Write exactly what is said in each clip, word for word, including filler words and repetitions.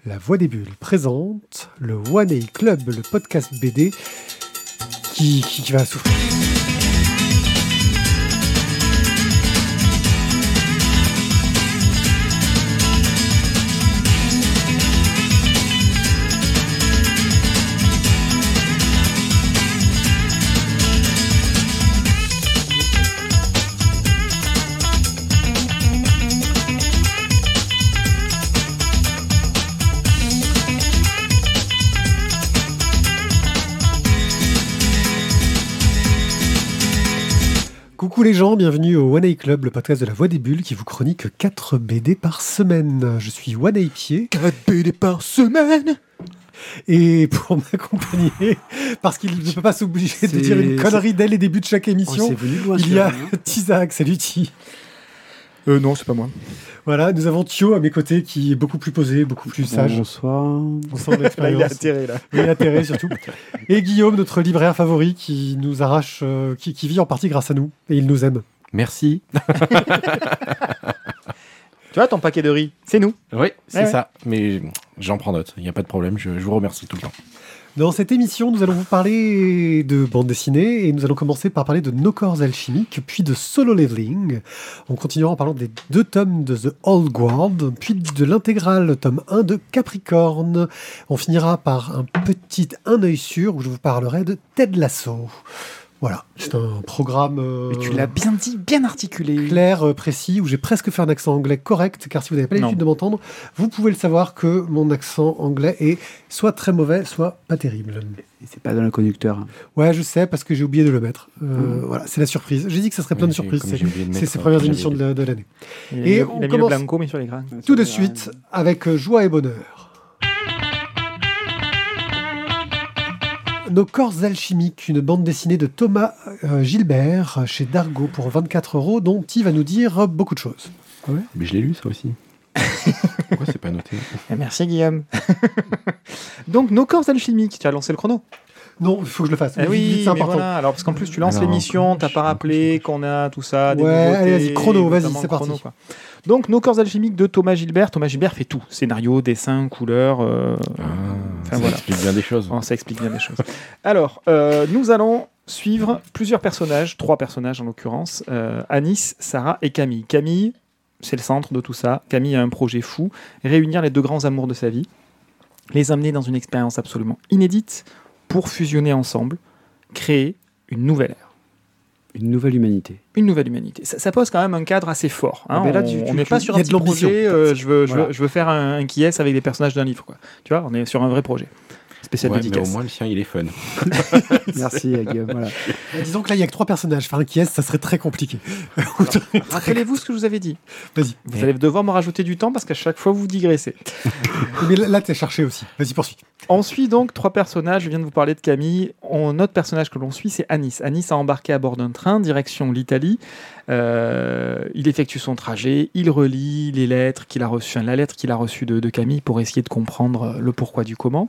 La Voix des Bulles présente le One A Club, le podcast B D qui, qui, qui va souffrir. Coucou les gens, bienvenue au One A Club, le podcast de la Voix des Bulles qui vous chronique quatre B D par semaine. Je suis One A Pied. quatre B D par semaine. Et pour m'accompagner, parce qu'il ne peut pas s'obliger de dire une connerie dès les débuts de chaque émission, oh, venu loin, il y a hein. Tizak. Salut Ti. Euh, non, c'est pas moi. Voilà, nous avons Thio à mes côtés qui est beaucoup plus posé, beaucoup plus sage. Bonsoir. On sent l'expérience. Là, il a atterré, là. Il a atterré, surtout. Et Guillaume, notre libraire favori, qui nous arrache, euh, qui, qui vit en partie grâce à nous. Et il nous aime. Merci. Tu vois, ton paquet de riz, c'est nous. Oui, c'est ouais, ça. Ouais. Mais j'en prends note. Il n'y a pas de problème. Je, je vous remercie tout le temps. Dans cette émission, nous allons vous parler de bande dessinée et nous allons commencer par parler de No Corps Alchimiques, puis de Solo Leveling. On continuera en parlant des deux tomes de The Old Guard, puis de l'intégrale tome un de Capricorne. On finira par un petit un œil sûr où je vous parlerai de Ted Lasso. Voilà, c'est un programme euh, Mais tu l'as bien dit, bien articulé. clair, euh, précis, où j'ai presque fait un accent anglais correct, car si vous n'avez pas l'habitude de m'entendre, vous pouvez le savoir que mon accent anglais est soit très mauvais, soit pas terrible. Et c'est pas dans le conducteur. Hein. Ouais, je sais, parce que j'ai oublié de le mettre. Euh, mmh. Voilà, c'est la surprise. J'ai dit que ça serait plein oui, de surprises. C'est, mettre, c'est ces premières émissions de, la, de l'année. Il Et a, on il a commence mis le blanco, mais sur l'écran. Tout de suite avec euh, joie et bonheur. No Corps Alchimiques, une bande dessinée de Thomas euh, Gilbert chez Dargaud pour vingt-quatre euros, dont il va nous dire beaucoup de choses. Ah ouais, mais je l'ai lu ça aussi. Pourquoi c'est pas noté? Merci Guillaume. Donc No Corps Alchimiques, tu as lancé le chrono? Non, il faut que je le fasse. Eh oui, c'est important. Voilà. Alors parce qu'en plus tu lances Alors, l'émission, t'as pas rappelé qu'on a tout ça, des ouais, nouveautés, allez, vas-y, chrono, vas-y, c'est chrono, parti. Quoi. Donc No Corps Alchimiques de Thomas Gilbert. Thomas Gilbert fait tout, scénario, dessin, couleur. Euh... Ah, enfin, ça voilà. explique bien des choses. Oh, ça explique bien des choses. Alors, euh, nous allons suivre plusieurs personnages, trois personnages en l'occurrence, euh, Anis, Sarah et Camille. Camille, c'est le centre de tout ça. Camille a un projet fou, réunir les deux grands amours de sa vie, les amener dans une expérience absolument inédite pour fusionner ensemble, créer une nouvelle ère. Une nouvelle humanité. Une nouvelle humanité. Ça, ça pose quand même un cadre assez fort. Hein. Mais là, on tu, n'est pas sur un petit projet, euh, je, veux, je, veux, je veux faire un, un qui est avec des personnages d'un livre. Quoi. Tu vois, on est sur un vrai projet. Spécial ouais, dédicace. Mais au moins, le sien, il est fun. Merci, Guillaume. Voilà. Disons que là, il n'y a que trois personnages. Faire un qui est, ça serait très compliqué. Alors, rappelez-vous ce que je vous avais dit. Vas-y. Vous et... allez devoir me rajouter du temps parce qu'à chaque fois, vous digressez. Mais là, tu es cherché aussi. Vas-y, poursuis. On suit donc trois personnages. Je viens de vous parler de Camille. On, notre personnage que l'on suit, c'est Anis. Anis a embarqué à bord d'un train, direction l'Italie. Euh, il effectue son trajet. Il relit les lettres qu'il a reçues, enfin, la lettre qu'il a reçue de, de Camille pour essayer de comprendre le pourquoi du comment.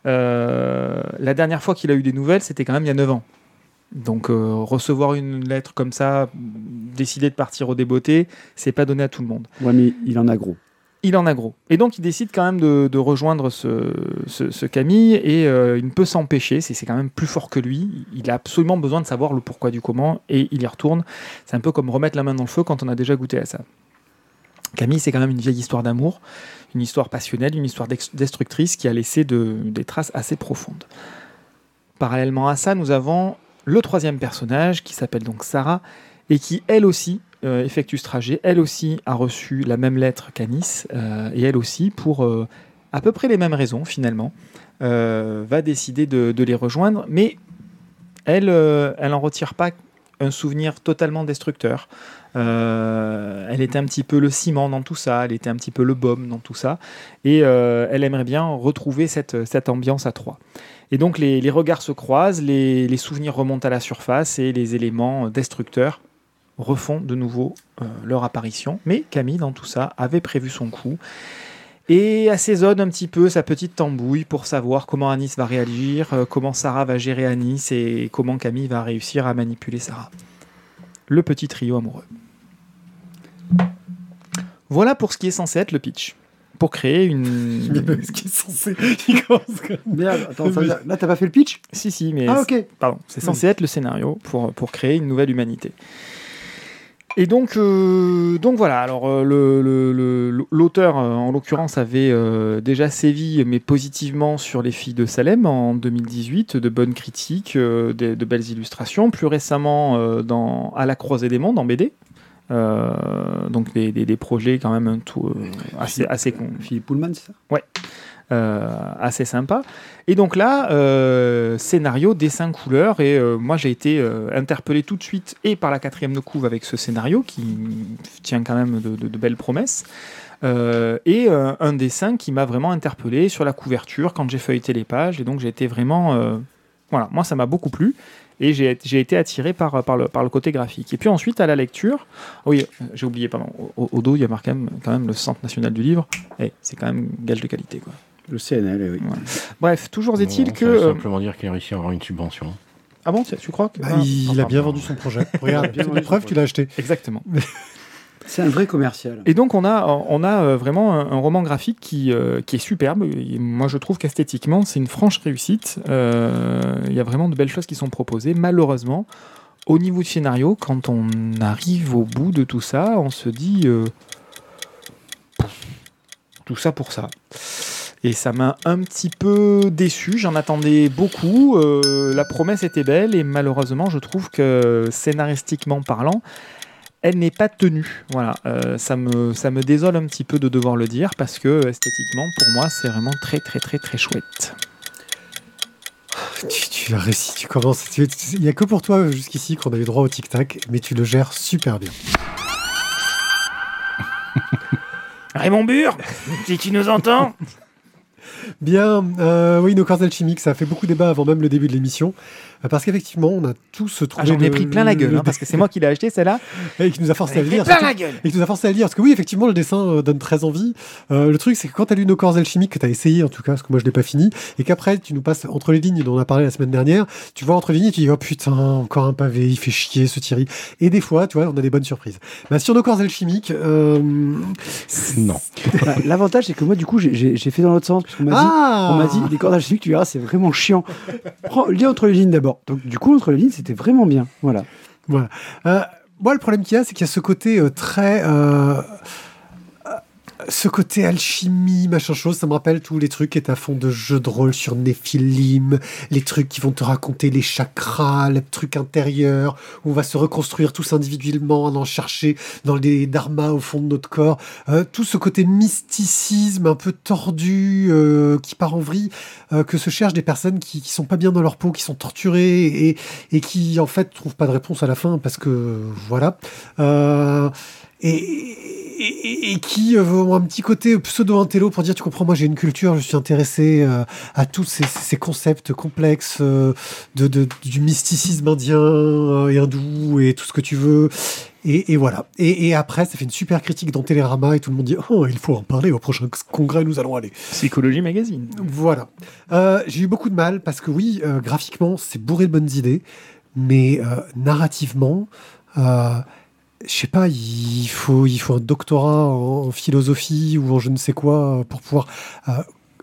Euh, la dernière fois qu'il a eu des nouvelles, c'était quand même il y a neuf ans. Donc euh, recevoir une lettre comme ça, décider de partir au débeauté, c'est pas donné à tout le monde. Ouais, mais il en a gros. Il en a gros. Et donc, il décide quand même de, de rejoindre ce, ce, ce Camille et euh, il ne peut s'empêcher, c'est, c'est quand même plus fort que lui. Il a absolument besoin de savoir le pourquoi du comment et il y retourne. C'est un peu comme remettre la main dans le feu quand on a déjà goûté à ça. Camille, c'est quand même une vieille histoire d'amour, une histoire passionnelle, une histoire destructrice qui a laissé de, des traces assez profondes. Parallèlement à ça, nous avons le troisième personnage qui s'appelle donc Sarah et qui, elle aussi, Euh, effectue ce trajet. Elle aussi a reçu la même lettre qu'Anis euh, et elle aussi, pour euh, à peu près les mêmes raisons finalement, euh, va décider de, de les rejoindre, mais elle euh, elle n'en retire pas un souvenir totalement destructeur. Euh, elle était un petit peu le ciment dans tout ça, elle était un petit peu le baume dans tout ça, et euh, elle aimerait bien retrouver cette, cette ambiance à trois. Et donc les, les regards se croisent, les, les souvenirs remontent à la surface et les éléments destructeurs refont de nouveau euh, leur apparition. Mais Camille, dans tout ça, avait prévu son coup et assaisonne un petit peu sa petite tambouille pour savoir comment Anis va réagir, euh, comment Sarah va gérer Anis et comment Camille va réussir à manipuler Sarah. Le petit trio amoureux. Voilà pour ce qui est censé être le pitch. pour créer une. Ce qui est censé. Il commence comme- Merde, attends, ça, là, t'as pas fait le pitch? Si, si, mais. Ah, ok. Pardon, c'est censé être le scénario pour, pour créer une nouvelle humanité. Et donc, euh, donc voilà, alors euh, le, le, le- l'auteur, euh, en l'occurrence, avait euh, déjà sévi, mais positivement, sur Les Filles de Salem en deux mille dix-huit, de bonnes critiques, euh, de, de belles illustrations. Plus récemment, euh, dans À la croisée des mondes, en B D. Euh, donc des, des, des projets quand même un tout, euh, assez, assez con- Philippe Pullman, c'est ça? euh, assez sympa. Et donc là, euh, scénario, dessin, couleur, et euh, moi j'ai été euh, interpellé tout de suite et par la quatrième de couve avec ce scénario qui tient quand même de, de- de belles promesses, euh, et euh, un dessin qui m'a vraiment interpellé sur la couverture quand j'ai feuilleté les pages, et donc j'ai été vraiment... euh, voilà, moi ça m'a beaucoup plu. Et j'ai, j'ai été attiré par, par, le, par le côté graphique. Et puis ensuite, à la lecture, ah oui, euh, j'ai oublié, pardon, au, au dos, il y a marqué quand même, quand même le Centre national du livre. Eh, c'est quand même gage de qualité, quoi. Le C N L, oui. Ouais. Bref, toujours est-il Non, que... Ça veut euh, simplement dire qu'il a réussi à avoir une subvention. Ah bon, tu crois que... Bah, Ah, il enfin, a bien vendu son projet. Regarde, bien c'est vendu la preuve son qu'il a acheté. Exactement. C'est un vrai commercial. Et donc on a, on a euh, vraiment un, un roman graphique qui, euh, qui est superbe. Et moi je trouve qu'esthétiquement c'est une franche réussite. Euh, Il y a vraiment de belles choses qui sont proposées. Malheureusement, au niveau du scénario, quand on arrive au bout de tout ça, on se dit euh, tout ça pour ça. Et ça m'a un petit peu déçu, j'en attendais beaucoup, euh, la promesse était belle et malheureusement je trouve que scénaristiquement parlant, elle n'est pas tenue. Voilà, euh, ça, me, ça me désole un petit peu de devoir le dire parce que esthétiquement pour moi c'est vraiment très très très très chouette. Tu, tu récits, tu commences. tu- tu- Il n'y a que pour toi jusqu'ici qu'on a eu droit au tic-tac, mais tu le gères super bien. Raymond Burr, si tu nous entends. Bien, euh, oui, nos corps alchimiques, ça a fait beaucoup débat avant même le début de l'émission, euh, parce qu'effectivement, on a tous trouvé... Ah, j'en ai le- pris plein la gueule, le- hein, parce que c'est moi qui l'ai acheté celle-là. Et qui nous a forcé à J'en le ai pris lire. plein surtout- la gueule. Et qui nous a forcé à le lire, parce que oui, effectivement, le dessin euh, donne très envie. Euh, le truc, c'est que quand tu as lu nos corps alchimiques, que tu as essayé en tout cas, parce que moi je l'ai pas fini, et qu'après tu nous passes entre les lignes dont on a parlé la semaine dernière, tu vois entre les lignes et tu dis oh putain, encore un pavé, il fait chier ce Thierry. Et des fois, tu vois, on a des bonnes surprises. Bah, sur nos corps alchimiques, euh, Non. Bah, l'avantage, c'est que moi, du coup, j'ai- j'ai j'ai fait dans l'autre sens. Parce qu'on m'a dit, Ah on m'a dit, les cordes alchimiques, tu verras, c'est vraiment chiant. Prends, lis entre les lignes d'abord. Donc, du coup, entre les lignes, c'était vraiment bien. Voilà. Voilà. Euh, moi, le problème qu'il y a, c'est qu'il y a ce côté euh, très. euh, euh, ce côté alchimie, machin chose, ça me rappelle tous les trucs qui étaient à fond de jeux de rôle sur Néphilim, les trucs qui vont te raconter les chakras, les trucs intérieurs, où on va se reconstruire tous individuellement, en en chercher dans les dharmas au fond de notre corps. Euh, tout ce côté mysticisme un peu tordu, euh, qui part en vrille, euh, que se cherchent des personnes qui, qui sont pas bien dans leur peau, qui sont torturées et, et qui en fait trouvent pas de réponse à la fin parce que voilà. Euh, et, et, et qui euh, ont un petit côté pseudo-intello pour dire tu comprends, moi j'ai une culture, je suis intéressé euh, à tous ces, ces concepts complexes euh, de, de, du mysticisme indien euh, et hindou et tout ce que tu veux. Et, et voilà. Et, et après, ça fait une super critique dans Télérama et tout le monde dit oh, il faut en parler au prochain congrès, nous allons aller. Psychologie Magazine. Voilà. Euh, j'ai eu beaucoup de mal parce que oui, euh, graphiquement, c'est bourré de bonnes idées, mais euh, narrativement, euh, je sais pas, il faut, il faut un doctorat en, en philosophie ou en je ne sais quoi pour pouvoir euh,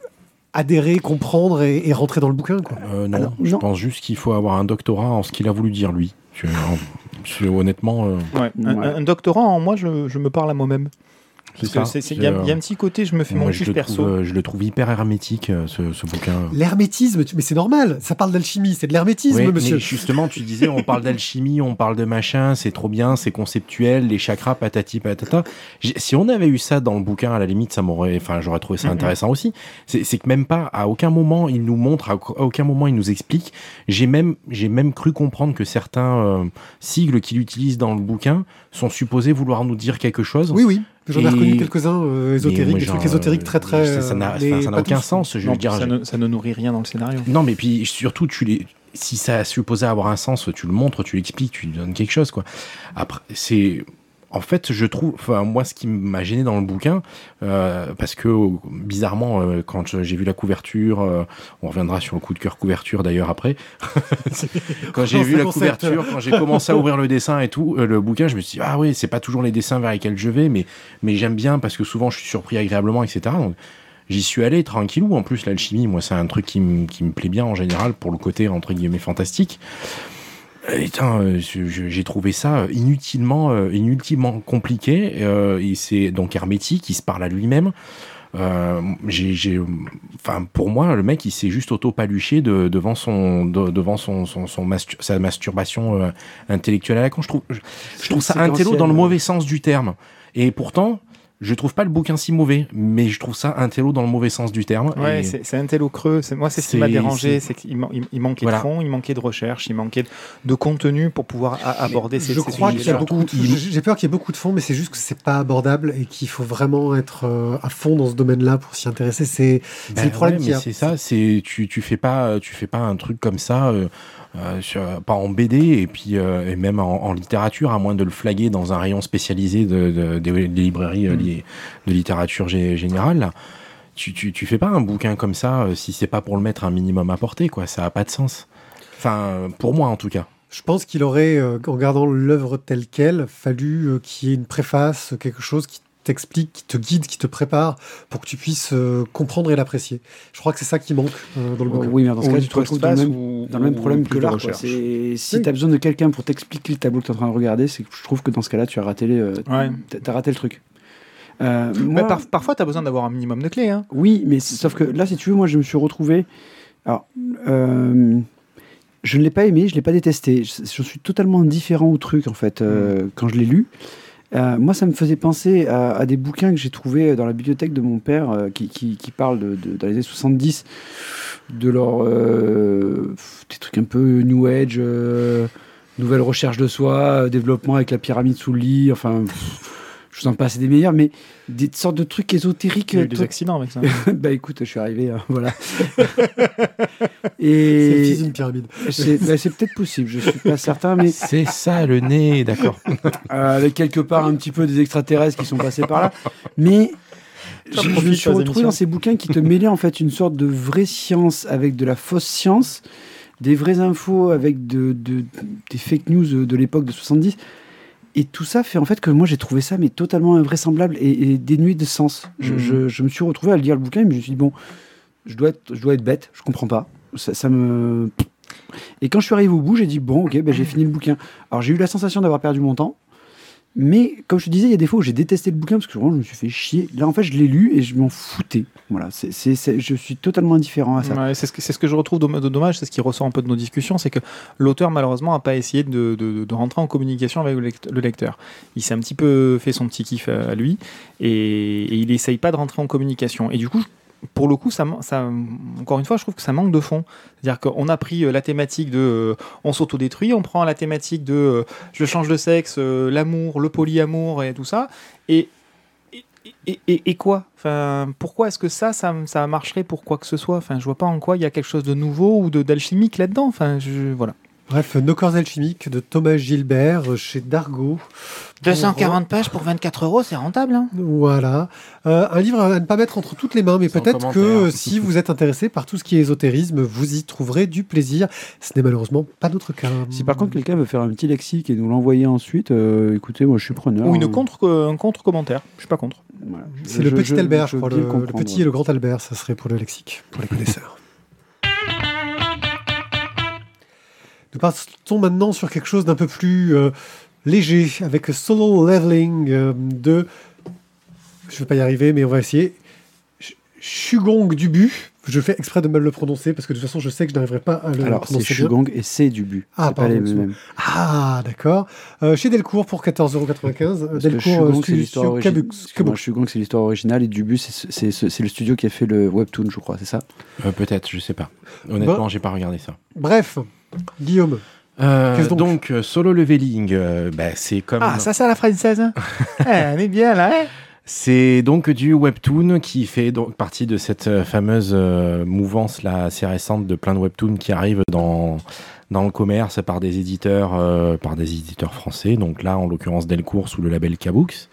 adhérer, comprendre et, et rentrer dans le bouquin, quoi. Euh, non, Alors, je non. pense juste qu'il faut avoir un doctorat en ce qu'il a voulu dire lui. Je- en- je- honnêtement, euh, Ouais. Un, Ouais. un doctorat en moi, je, je me parle à moi-même. Parce c'est que ça. c'est- c'est- il C'est, y, a- euh, il y a un petit côté, je me fais moi, mon je kiff le, perso. trouve, euh, je le trouve hyper hermétique, euh, ce, ce bouquin. L'hermétisme, tu- mais c'est normal, ça parle d'alchimie, c'est de l'hermétisme, Oui, monsieur. mais justement, tu disais, on parle d'alchimie, on parle de machin, c'est trop bien, c'est conceptuel, les chakras, patati patata. J'ai- Si on avait eu ça dans le bouquin, à la limite, ça m'aurait, enfin, j'aurais trouvé ça Mhm. intéressant aussi. C'est c'est que même pas, à aucun moment, il nous montre, à à aucun moment, il nous explique. J'ai même, j'ai même cru comprendre que certains euh, sigles qu'il utilise dans le bouquin sont supposés vouloir nous dire quelque chose. Oui, oui, j'en ai Et- reconnu quelques-uns euh, Mais ésotériques, moi, des genre, trucs ésotériques très très. ça- ça n'a euh, enfin, mais ça n'a pas aucun tous. sens. Je Non, veux dire, ça, j'ai- ne, ça ne nourrit rien dans le scénario. non, mais puis surtout, tu les, si ça a supposé avoir un sens, tu le montres, tu l'expliques, tu lui donnes quelque chose, quoi. Après, c'est En fait, je trouve, enfin moi, ce qui m'a gêné dans le bouquin, euh, parce que bizarrement, euh, quand j'ai vu la couverture, euh, on reviendra sur le coup de cœur couverture d'ailleurs après. Quand j'ai vu la concept. couverture, quand j'ai commencé à ouvrir le dessin et tout, euh, le bouquin, je me suis dit ah oui, c'est pas toujours les dessins vers lesquels je vais, mais mais j'aime bien parce que souvent je suis surpris agréablement, et cetera. Donc j'y suis allé tranquillou. En plus, l'alchimie, moi, c'est un truc qui me qui me plaît bien en général pour le côté entre guillemets fantastique. Putain, euh, j'ai trouvé ça inutilement, euh, inutilement compliqué. Euh, et c'est donc hermétique, il se parle à lui-même. Euh, j'ai, j'ai, enfin, pour moi, le mec, il s'est juste auto-paluché de, devant son, de, devant son, son, son mastu- sa masturbation euh, intellectuelle à la con. Je trouve, je, je trouve ça intello dans le mauvais sens du terme. Et pourtant. Je trouve pas le bouquin si mauvais, mais je trouve ça intello dans le mauvais sens du terme. Ouais, et... c'est, c'est intello creux. C'est, moi, c'est ce qui c'est, m'a dérangé, c'est... c'est qu'il man, il, il manquait voilà. de fond, il manquait de recherche, il manquait de, de contenu pour pouvoir a, aborder ces, je ces crois sujets. qu'il y a beaucoup. De, j'ai peur qu'il y ait beaucoup de fond, mais c'est juste que c'est pas abordable et qu'il faut vraiment être euh, à fond dans ce domaine-là pour s'y intéresser. C'est, ben c'est le problème ouais, qu'il y a. C'est ça. C'est tu tu fais pas tu fais pas un truc comme ça. Euh... Euh, sur, pas en B D et puis euh, et même en, en littérature, à moins de le flaguer dans un rayon spécialisé de, de, de, des librairies euh, li, de littérature g- générale. Là. Tu, tu tu fais pas un bouquin comme ça euh, si c'est pas pour le mettre un minimum à portée, quoi. Ça a pas de sens. Enfin, pour moi en tout cas. Je pense qu'il aurait, euh, en regardant l'œuvre telle qu'elle, fallu euh, qu'il y ait une préface, quelque chose qui t'explique, qui te guide, qui te prépare pour que tu puisses euh, comprendre et l'apprécier. Je crois que c'est ça qui manque euh, dans le bouquin. Oh, oui, mais dans ce cas, tu te retrouves dans le même, ou, dans le même problème que l'art. là. C'est, si oui. tu as besoin de quelqu'un pour t'expliquer le tableau que tu es en train de regarder, c'est que je trouve que dans ce cas-là, tu as raté, les, euh, Ouais. t'as raté le truc. Euh, moi, mais par, parfois, tu as besoin d'avoir un minimum de clés. Hein. Oui, mais sauf que là, si tu veux, moi, je me suis retrouvé... Alors, euh, je ne l'ai pas aimé, je ne l'ai pas détesté. Je, je suis totalement différent au truc, en fait, euh, mmh. quand je l'ai lu. Euh, moi, ça me faisait penser à, à des bouquins que j'ai trouvés dans la bibliothèque de mon père euh, qui, qui, qui parlent de, de, dans les années soixante-dix de leur euh, des trucs un peu New Age, euh, nouvelle recherche de soi, euh, développement avec la pyramide sous le lit, enfin, pff, je vous en passe des meilleurs, mais des sortes de trucs ésotériques. Il y a eu des accidents avec ça. Bah écoute, je suis arrivé, hein, voilà. Et... C'est le fils Et d'une pyramide. c'est, bah, c'est peut-être possible, je suis pas certain, mais C'est ça le nez, d'accord. euh, avec quelque part un petit peu des extraterrestres qui sont passés par là, mais je, je me suis retrouvé dans ces bouquins qui te mêlaient en fait une sorte de vraie science avec de la fausse science, des vraies infos avec de, de, des fake news de l'époque de soixante-dix. Et tout ça fait en fait que moi j'ai trouvé ça mais totalement invraisemblable et, et dénué de sens. Je, mmh. je, je me suis retrouvé à lire le bouquin et je me suis dit bon, je dois être, je dois être bête, je comprends pas. Ça, ça me... Et quand je suis arrivé au bout, j'ai dit bon, ok, ben, j'ai fini le bouquin. Alors j'ai eu la sensation d'avoir perdu mon temps, mais comme je te disais, il y a des fois où j'ai détesté le bouquin parce que vraiment je me suis fait chier. Là en fait, je l'ai lu et je m'en foutais. Voilà, c'est, c'est, c'est, je suis totalement indifférent à ça. Ouais, c'est, ce que, c'est ce que je retrouve de dommage, c'est ce qui ressort un peu de nos discussions, c'est que l'auteur malheureusement n'a pas essayé de, de, de rentrer en communication avec le lecteur. Il s'est un petit peu fait son petit kiff à lui et, et il n'essaye pas de rentrer en communication. Et du coup, pour le coup, ça, ça, encore une fois, je trouve que ça manque de fond. C'est-à-dire qu'on a pris la thématique de euh, on s'autodétruit, on prend la thématique de euh, je change de sexe, euh, l'amour, le polyamour et tout ça, et Et, et, et quoi enfin, pourquoi est-ce que ça, ça, ça marcherait pour quoi que ce soit enfin, je vois pas en quoi il y a quelque chose de nouveau ou de, d'alchimique là-dedans. Enfin, je, voilà. Bref, Nos corps alchimiques de Thomas Gilbert chez Dargaud. deux cent quarante pages pour vingt-quatre euros, c'est rentable. Hein. Voilà. Euh, un livre à ne pas mettre entre toutes les mains, mais Sans peut-être que si vous êtes intéressé par tout ce qui est ésotérisme, vous y trouverez du plaisir. Ce n'est malheureusement pas notre cas. Si par contre quelqu'un veut faire un petit lexique et nous l'envoyer ensuite, euh, écoutez, moi je suis preneur. Ou une contre, un contre-commentaire, je suis pas contre. Voilà. C'est je, le petit je, Albert, je, je crois. Le, le petit et le grand Albert, ça serait pour le lexique, pour les connaisseurs. Nous partons maintenant sur quelque chose d'un peu plus euh, léger, avec Solo Leveling euh, de... Je ne vais pas y arriver, mais on va essayer. Shugong Dubu. Je fais exprès de mal le prononcer, parce que de toute façon, je sais que je n'arriverai pas à le Alors, prononcer c'est Shugong et c'est Dubu. Ah, c'est pardon. Pas les mêmes. Ah, d'accord. Euh, chez Delcourt pour quatorze euros quatre-vingt-quinze. Delcourt, Shugong, c'est l'histoire originale. Kabuk. Shugong, c'est l'histoire originale, et Dubu, c'est, c'est, c'est, c'est le studio qui a fait le webtoon, je crois, c'est ça euh, Peut-être, je sais pas. Honnêtement, bon. j'ai pas regardé ça. Bref, Guillaume. Euh, donc, donc Solo Leveling, euh, bah, c'est comme... Ah, ça, c'est la française. Hein. Elle est bien, là, hein. C'est donc du webtoon qui fait donc partie de cette fameuse euh, mouvance là assez récente de plein de webtoons qui arrivent dans dans le commerce par des éditeurs euh, par des éditeurs français. Donc là, en l'occurrence, Delcourt sous le label Kabooks.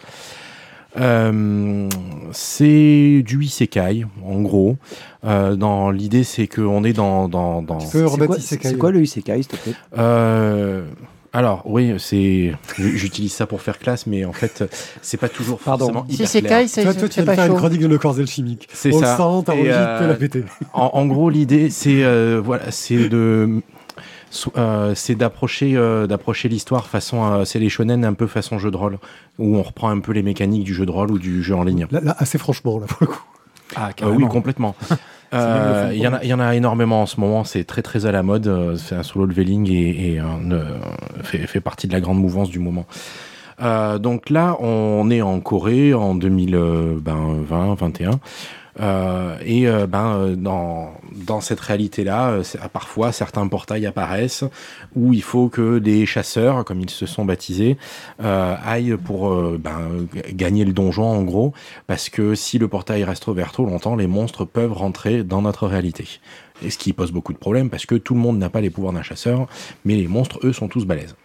Euh, c'est du isekai en gros. Euh, dans l'idée, c'est qu'on est dans dans dans. Tu peux remettre c'est, quoi, isekai. c'est quoi le isekai, s'il te plaît? Euh, Alors, oui, c'est. J'utilise ça pour faire classe, mais en fait, c'est pas toujours forcément Pardon. hyper Si c'est clair. Kai, c'est, Toi, toi, tu c'est viens de pas faire une chaud. chronique de nos corps alchimiques. C'est On ça. le sent, t'as Et, envie euh, de te la péter. En, en gros, l'idée, c'est euh, voilà, c'est de. Euh, c'est d'approcher, euh, d'approcher l'histoire façon. Euh, c'est les shonen un peu façon jeu de rôle, où on reprend un peu les mécaniques du jeu de rôle ou du jeu en ligne. Là, là, assez franchement, là, pour le coup. Ah, Euh, oui, complètement. même le Euh, fond de Il y en a, il y en a énormément en ce moment. C'est très très à la mode. Euh, C'est un solo leveling et, et un, euh, fait, fait partie de la grande mouvance du moment. Euh, donc là, on est en Corée en deux mille vingt vingt et un. Euh, et euh, ben dans dans cette réalité-là, euh, c'est- parfois certains portails apparaissent où il faut que des chasseurs, comme ils se sont baptisés, euh, aillent pour euh, ben, g- gagner le donjon en gros, parce que si le portail reste ouvert trop longtemps, les monstres peuvent rentrer dans notre réalité. Et ce qui pose beaucoup de problèmes parce que tout le monde n'a pas les pouvoirs d'un chasseur, mais les monstres eux sont tous balèzes.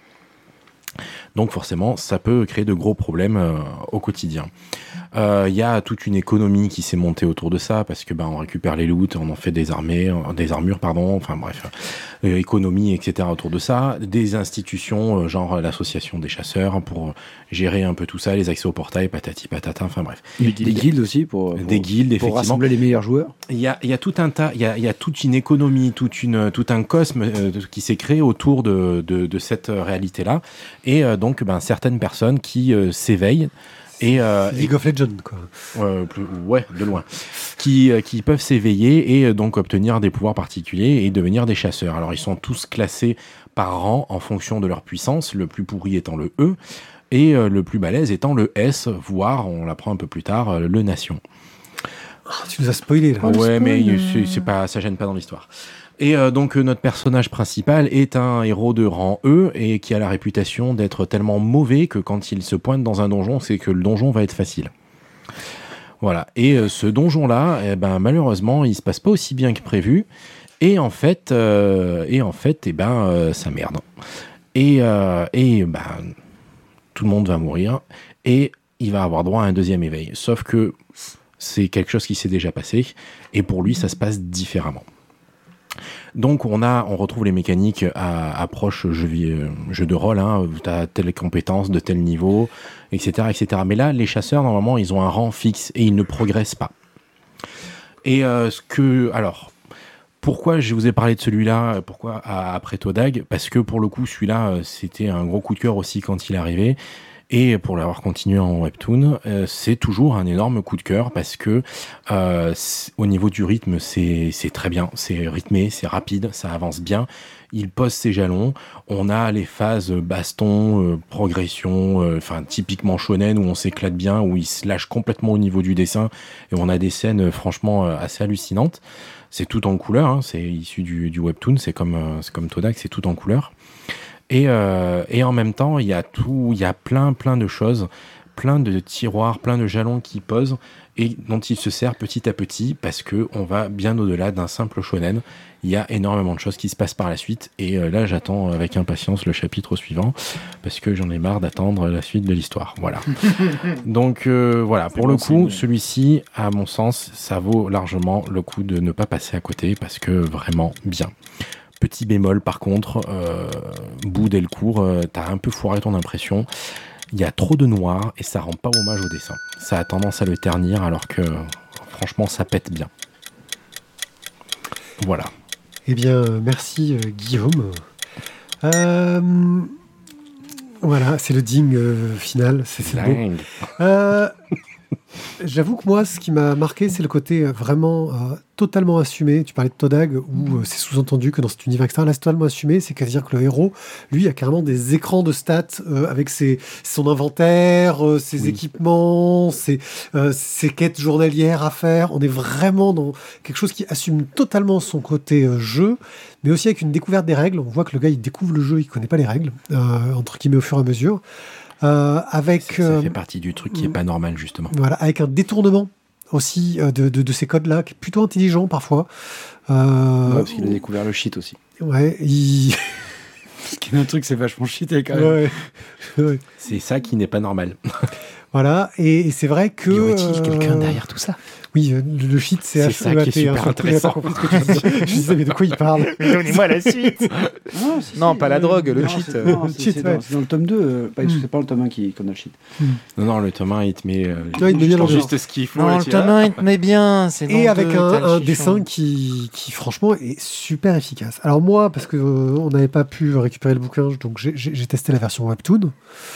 Donc forcément, ça peut créer de gros problèmes euh, au quotidien. Il euh, y a toute une économie qui s'est montée autour de ça parce que ben on récupère les loots, on en fait des armées, euh, des armures pardon, enfin bref, euh, économie et cetera autour de ça. Des institutions euh, genre l'association des chasseurs pour gérer un peu tout ça, les accès au portail, patati patata, enfin bref. Des guildes aussi pour, pour, Des guildes pour effectivement. rassembler les meilleurs joueurs. Il y a, il y a tout un tas, il y a, il y a toute une économie, toute une, tout un cosme euh, qui s'est créé autour de, de, de cette réalité-là. Et euh, donc, ben, certaines personnes qui euh, s'éveillent et, euh, League of Legends, quoi. euh, plus- ouais, de loin, qui, euh, qui peuvent s'éveiller et euh, donc obtenir des pouvoirs particuliers et devenir des chasseurs. Alors, ils sont tous classés par rang en fonction de leur puissance, le plus pourri étant le E et euh, le plus balèze étant le S, voire, on l'apprend un peu plus tard, euh, le Nation. Ah, tu nous as spoilé, là. Oh, le Ouais, spoil, mais euh. c'est, c'est pas, ça gêne pas dans l'histoire. Et euh, donc euh, notre personnage principal est un héros de rang E et qui a la réputation d'être tellement mauvais que quand il se pointe dans un donjon, c'est que le donjon va être facile. Voilà. Et euh, ce donjon-là, eh ben malheureusement, il se passe pas aussi bien que prévu. Et en fait, euh, et en fait, eh ben euh, ça merde. Et euh, et ben tout le monde va mourir et il va avoir droit à un deuxième éveil. Sauf que c'est quelque chose qui s'est déjà passé et pour lui, ça se passe différemment. Donc on a, on retrouve les mécaniques à approche jeu, euh, jeu de rôle, hein, tu as telle compétence de tel niveau, et cetera, et cetera. Mais là, les chasseurs, normalement, ils ont un rang fixe et ils ne progressent pas. Et euh, ce que, alors, pourquoi je vous ai parlé de celui-là, pourquoi à- après Todag? Parce que pour le coup, celui-là, euh, c'était un gros coup de cœur aussi quand il est arrivé. Et pour l'avoir continué en webtoon, euh, c'est toujours un énorme coup de cœur parce que euh, c'est- au niveau du rythme, c'est c'est très bien, c'est rythmé, c'est rapide, ça avance bien. Il pose ses jalons. On a les phases baston, euh, progression, euh, enfin typiquement shonen où on s'éclate bien, où il se lâche complètement au niveau du dessin et on a des scènes euh, franchement euh, assez hallucinantes. C'est tout en couleur, hein, c'est issu du, du webtoon, c'est comme euh, c'est comme Todak, c'est tout en couleur. Et, euh, et en même temps, il y a tout, il y a plein, plein de choses, plein de tiroirs, plein de jalons qui posent et dont il se sert petit à petit parce que on va bien au-delà d'un simple shonen. Il y a énormément de choses qui se passent par la suite et euh, là, j'attends avec impatience le chapitre suivant parce que j'en ai marre d'attendre la suite de l'histoire. Voilà. Donc euh, voilà, pour le coup, celui-ci, à mon sens, ça vaut largement le coup de ne pas passer à côté parce que vraiment bien. Petit bémol par contre, euh, Bou Delcourt, euh, t'as un peu foiré ton impression. Il y a trop de noir et ça rend pas hommage au dessin. Ça a tendance à le ternir alors que franchement ça pète bien. Voilà. Eh bien, euh, merci euh, Guillaume. Euh, voilà, c'est le ding euh, final, c'est, c'est beau. Dingue. Euh, J'avoue que moi, ce qui m'a marqué, c'est le côté euh, vraiment euh, totalement assumé. Tu parlais de Todag, où euh, c'est sous-entendu que dans cet univers extérieur, là, c'est totalement assumé. C'est-à-dire que le héros, lui, a carrément des écrans de stats euh, avec ses, son inventaire, euh, ses Oui. équipements, ses, euh, ses quêtes journalières à faire. On est vraiment dans quelque chose qui assume totalement son côté euh, jeu, mais aussi avec une découverte des règles. On voit que le gars, il découvre le jeu, il connaît pas les règles, euh, entre guillemets, au fur et à mesure. euh, avec Ça, ça euh, fait partie du truc qui est pas normal, justement. voilà, avec un détournement aussi euh, de, de, de ces codes-là, qui est plutôt intelligent parfois. Euh, Ouais, parce qu'il a découvert le shit aussi. Ouais, il... Ce qui est un truc, c'est vachement cheaté quand même. ouais, ouais. C'est ça qui n'est pas normal. Voilà, et, et c'est vrai que... Y aurait-il euh, quelqu'un derrière tout ça? Oui, euh, le, le shit, c'est C'est ça qui est super intéressant. Je disais, mais de quoi il parle? Donnez-moi la suite. Non, si, Non, si, pas la euh, drogue, le non, cheat, c'est- euh, non, le c'est- cheat, c'est ouais. dans- c'est dans le tome deux. euh, pas- Mm. C'est pas le tome un qui qu'on a le shit. Non, non, le tome un, il te met euh, Non, il te met bien l'ambiance. juste ce qu'il faut. Non, et le tu tome vas- un, il te met bien. C'est dans Et le avec deux, un, t'as le un chichon. dessin qui, qui, franchement, est super efficace. Alors moi, parce que euh, on n'avait pas pu récupérer le bouquin, donc j'ai- j'ai j'ai testé la version Webtoon.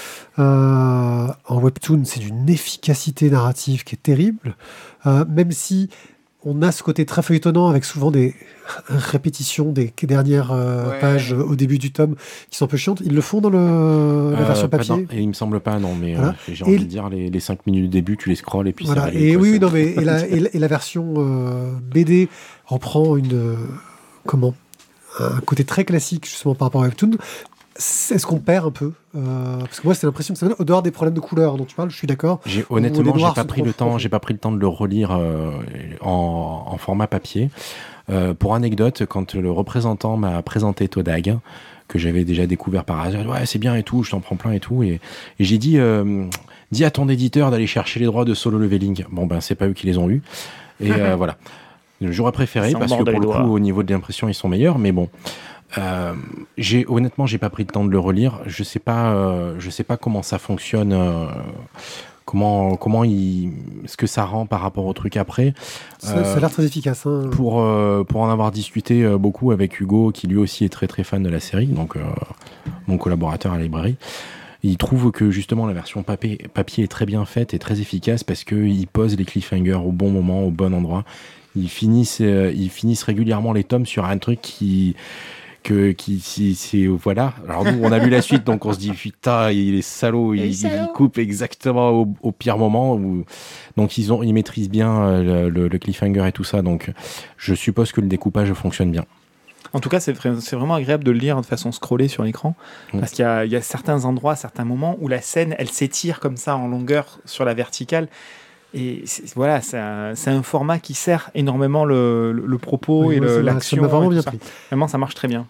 Euh, en Webtoon, c'est d'une efficacité narrative qui est terrible, euh, même si on a ce côté très feuilletonnant avec souvent des répétitions des dernières euh, Ouais. pages euh, au début du tome qui sont un peu chiantes. Ils le font dans le, la Euh, version pas papier. dans- et il me semble pas, non, mais Voilà. euh, j'ai Et envie le- de dire, les, les cinq minutes du début, tu les scrolles et puis Voilà. ça réglé, Et quoi, oui, oui, c'est- non, mais et la, et la, et la version euh, B D reprend une euh, comment un côté très classique justement par rapport à Webtoon. C'est ce qu'on perd un peu euh, parce que moi c'est l'impression que ça donne au dehors des problèmes de couleur dont tu parles. Je suis d'accord. J'ai Ou les honnêtement, j'ai noirs pas sont pris trop le temps, profonds. j'ai pas pris le temps de le relire euh, en, en format papier. Euh, pour anecdote, quand le représentant m'a présenté Todag, que j'avais déjà découvert par hasard, ouais c'est bien et tout, je t'en prends plein et tout, et, et j'ai dit, euh, dis à ton éditeur d'aller chercher les droits de Solo Leveling. Bon ben c'est pas eux qui les ont eus, et euh, voilà. J'aurais préféré Ça en parce que mord pour les le coup doigts. au niveau de l'impression ils sont meilleurs, mais bon. Euh, j'ai honnêtement j'ai pas pris le temps de le relire. Je sais pas, euh, je sais pas comment ça fonctionne. Euh, Comment, comment il, ce que ça rend par rapport au truc après. Ça, ça a l'air très efficace. Hein. Pour, euh, pour en avoir discuté euh, beaucoup avec Hugo, qui lui aussi est très très fan de la série, donc euh, mon collaborateur à la librairie, il trouve que justement la version papier, papier est très bien faite et très efficace parce qu'il pose les cliffhangers au bon moment, au bon endroit. Ils finissent, euh, ils finissent régulièrement les tomes sur un truc qui... Que, qui, si, c'est, voilà. Alors nous, on a lu la suite, donc on se dit, putain, il est salaud, il, il, il coupe exactement au, au pire moment. Où... Donc ils, ont, ils maîtrisent bien le, le, le cliffhanger et tout ça, donc je suppose que le découpage fonctionne bien. En tout cas, c'est, vra- c'est vraiment agréable de le lire de façon scrollée sur l'écran, Mm. parce qu'il y a, il y a certains endroits, certains moments où la scène, elle s'étire comme ça en longueur sur la verticale. Et c'est, voilà, c'est un, c'est un format qui sert énormément le, le, le propos Oui, et moi, le, ça m'a- l'action. Ça m'a vraiment et bien tout ça. pris. Vraiment, ça marche très bien.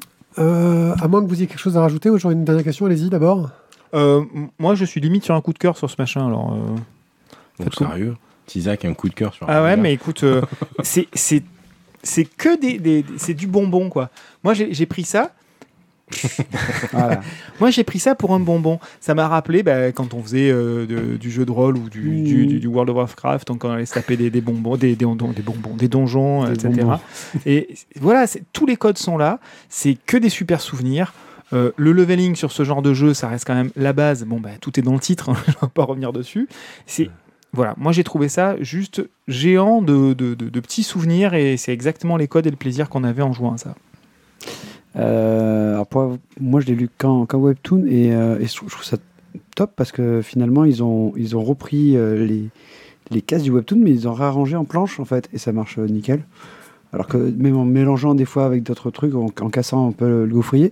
Euh, à moins que vous ayez quelque chose à rajouter, ou j'aurais une dernière question, allez-y d'abord. Euh, m- moi, je suis limite sur un coup de cœur sur ce machin. Alors, euh, Donc Faites quoi sérieux, Tizak a un coup de cœur sur Ah un ouais, manga. mais écoute, euh, c'est, c'est, c'est que des, des- c'est du bonbon, quoi. Moi, j'ai, j'ai pris ça. Voilà. Moi, j'ai pris ça pour un bonbon. Ça m'a rappelé bah, quand on faisait euh, de- du jeu de rôle ou du, Mmh. du, du- du World of Warcraft, donc on allait se taper des, des bonbons, des, des, des bonbons, des donjons, Des et cetera. bonbons. Et voilà, c'est, tous les codes sont là. C'est que des super souvenirs. Euh, le leveling sur ce genre de jeu, ça reste quand même la base. Bon, bah, tout est dans le titre, je ne vais pas revenir dessus. C'est voilà, moi j'ai trouvé ça juste géant de, de, de, de petits souvenirs et c'est exactement les codes et le plaisir qu'on avait en jouant à ça. Euh, alors pour- moi, je l'ai lu qu'en, qu'en webtoon et, euh, et je, trouve, je trouve ça top parce que finalement, ils ont, ils ont repris euh, les, les cases du webtoon, mais ils ont réarrangé en planche en fait, et ça marche euh, nickel. Alors que même en mélangeant des fois avec d'autres trucs, en, en cassant un peu le, le gaufrier.